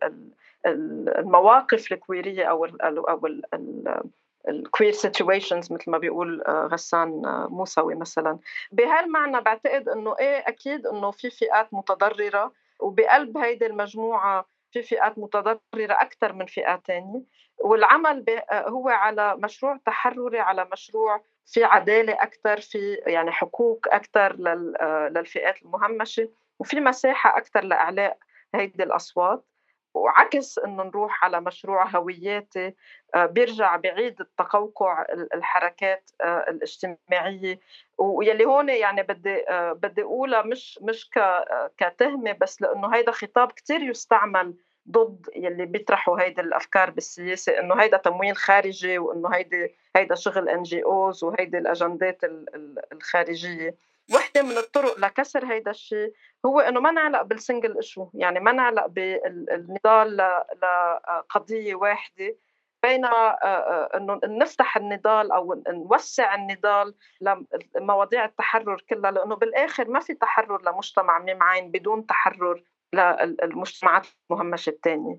المواقف الكويرية أو الqueer situations مثل ما بيقول غسان موسوي مثلًا. بهالمعنى باعتقد إنه إيه أكيد إنه في فئات متضررة، وبقلب هيدي المجموعة في فئات متضررة أكتر من فئات تانية، والعمل هو على مشروع تحرُّري، على مشروع في عدالة أكتر، في يعني حقوق أكتر للفئات المهمشة، وفي مساحة أكتر لإعلاء هيدي الأصوات، وعكس إنه نروح على مشروع هوياتي بيرجع بيعيد التقوقع الحركات الاجتماعية، ويلي هون يعني بدي أقولها مش كتهمة، بس لإنه هيدا خطاب كتير يُستعمل ضد يلي بيطرحوا هيدي الأفكار بالسياسة، إنه هيدا تمويل خارجي، وإنه هيدا شغل NGOs وهيدي الأجندات الخارجية. وحدة من الطرق لكسر هيدا الشيء هو إنه ما نعلق بالsingle issue، يعني ما نعلق النضال لقضية واحدة، بينما إنه نفتح النضال أو نوسّع النضال لمواضيع التحرُّر كلّها، لإنه بالآخر ما في تحرُّر لمجتمع ميم عين بدون تحرُّر المجتمعات المهمشة التانية.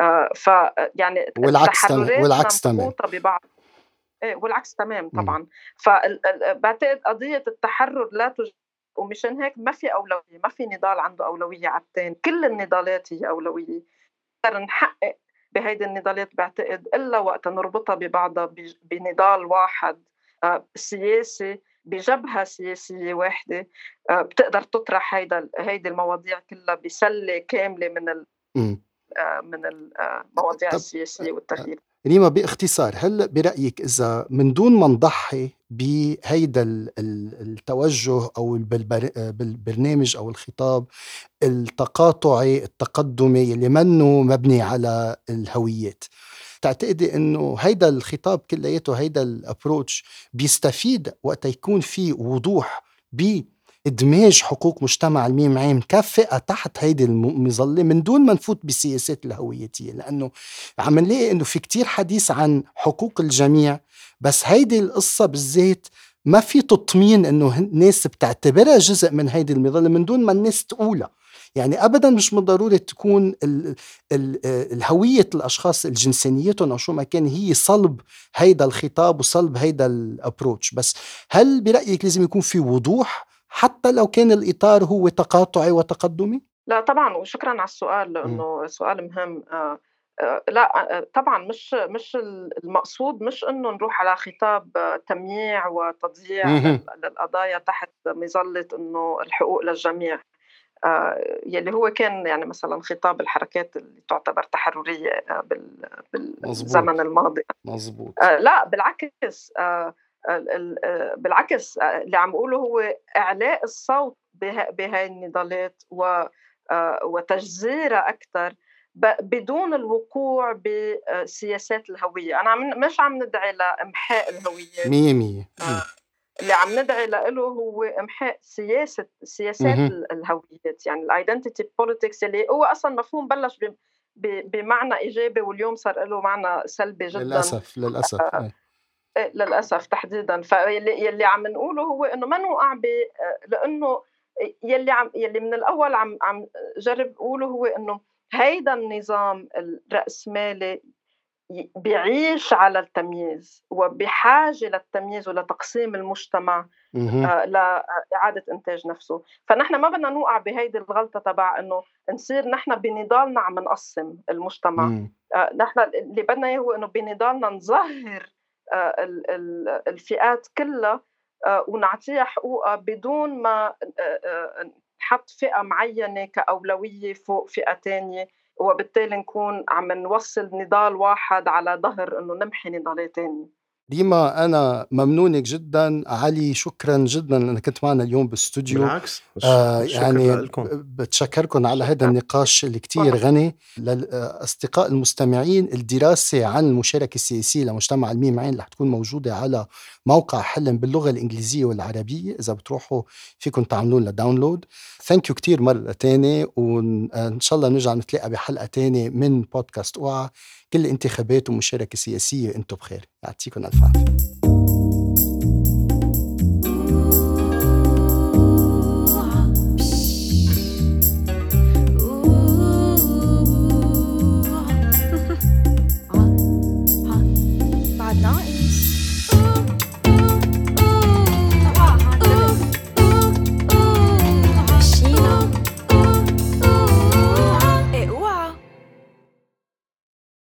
فيعني تحرُّراتنا والعكس تمام. مربوطة ببعض. إيه والعكس تمام إمم. طبعًا. باعتقد قضية التحرُّر لا ومشان هيك ما في أولوية، ما في نضال عنده أولوية على التاني، كل النضالات هي أولوية. نقدر نحقق بهيدي النضالات باعتقد إلا وقت نربطها ببعضها بنضال واحد سياسي، بجبهة سياسية واحدة بتقدر تطرح هيدي المواضيع كلها بسلة كاملة إمم. من المواضيع طب السياسية والتغيير. ريما، باختصار، هل برأيك إذا من دون ما نضحي بهيدا التوجه أو بالبرنامج أو الخطاب التقاطعي التقدمي اللي منه مبني على الهويات، تعتقدي انه هيدا الخطاب كلياته، هيدا الابروتش بيستفيد وقت يكون في وضوح بإدماج حقوق مجتمع الميم عين كفئة تحت هيدي المظلة من دون ما نفوت بالسياسات الهويتية؟ لأنه عم نلاقي انه في كتير حديث عن حقوق الجميع، بس هيدي القصة بالذات ما في تطمين انه الناس بتعتبرها جزء من هيدي المظلة من دون ما الناس تقولها. يعني أبدا مش من ضروري تكون الهوية الأشخاص الجنسانيتهم أو شو ما كان هي صلب هيدا الخطاب وصلب هيدا الأبروتش، بس هل برأيك لازم يكون في وضوح حتى لو كان الإطار هو تقاطعي وتقدمي؟ لا طبعًا، وشكرًا على السؤال لإنه سؤال مهم. لأ طبعًا مش المقصود مش إنه نروح على خطاب تمييع وتضييع للقضايا تحت مظلة إنه الحقوق للجميع. يلي هو كان يعني مثلًا خطاب الحركات اللي تعتبر تحرُّرية مزبوط. بالزمن الماضي. مزبوط. لأ بالعكس، بالعكس اللي عم أقوله هو إعلاء الصوت بهاي النضالات وتجذيرها أكتر، بدون الوقوع بسياسات الهوية. أنا مش عم ندعي لإمحاء الهوية، 100%. اللي عم ندعي له هو إمحاء سياسات الهويات، يعني الidentity politics اللي هو أصلا مفهوم بلش بمعنى إيجابي واليوم صار له معنى سلبي جدا للأسف تحديدا. فيلي عم نقوله هو إنه ما نوقع لأنه يلي من الأول عم جرب أقوله هو إنه هيدا النظام الرأسمالي بيعيش على التمييز وبحاجة للتمييز ولتقسيم المجتمع لإعادة إنتاج نفسه. فنحن ما بدنا نوقع بهيدي الغلطة تبع إنه نصير نحن بنضالنا عم نقسم المجتمع. نحن اللي بدنا إياه هو إنه بنضالنا نظهر الفئات كلها ونعطيها حقوقها بدون ما نحط فئة معينة كأولوية فوق فئة تانية، وبالتالي نكون عم نوصل نضال واحد على ظهر إنه نمحي نضالات تانية. ديما أنا ممنونك جدا علي، شكرا جدا أنك كنت معنا اليوم بالاستوديو. بالعكس يعني بتشكركم على هذا النقاش اللي كتير غني. للأصدقاء المستمعين، الدراسة عن المشاركة السياسية لمجتمع الميم عين رح تكون موجودة على موقع حلم باللغة الإنجليزية والعربية، إذا بتروحوا فيكم تعملون لداونلود. ثانكيو كتير مرة تانية، وإن شاء الله نرجع نتلاقى بحلقة تانية من بودكاست أوعى. كل انتخابات ومشاركة سياسية انتو بخير. يعطيكم الف عافية.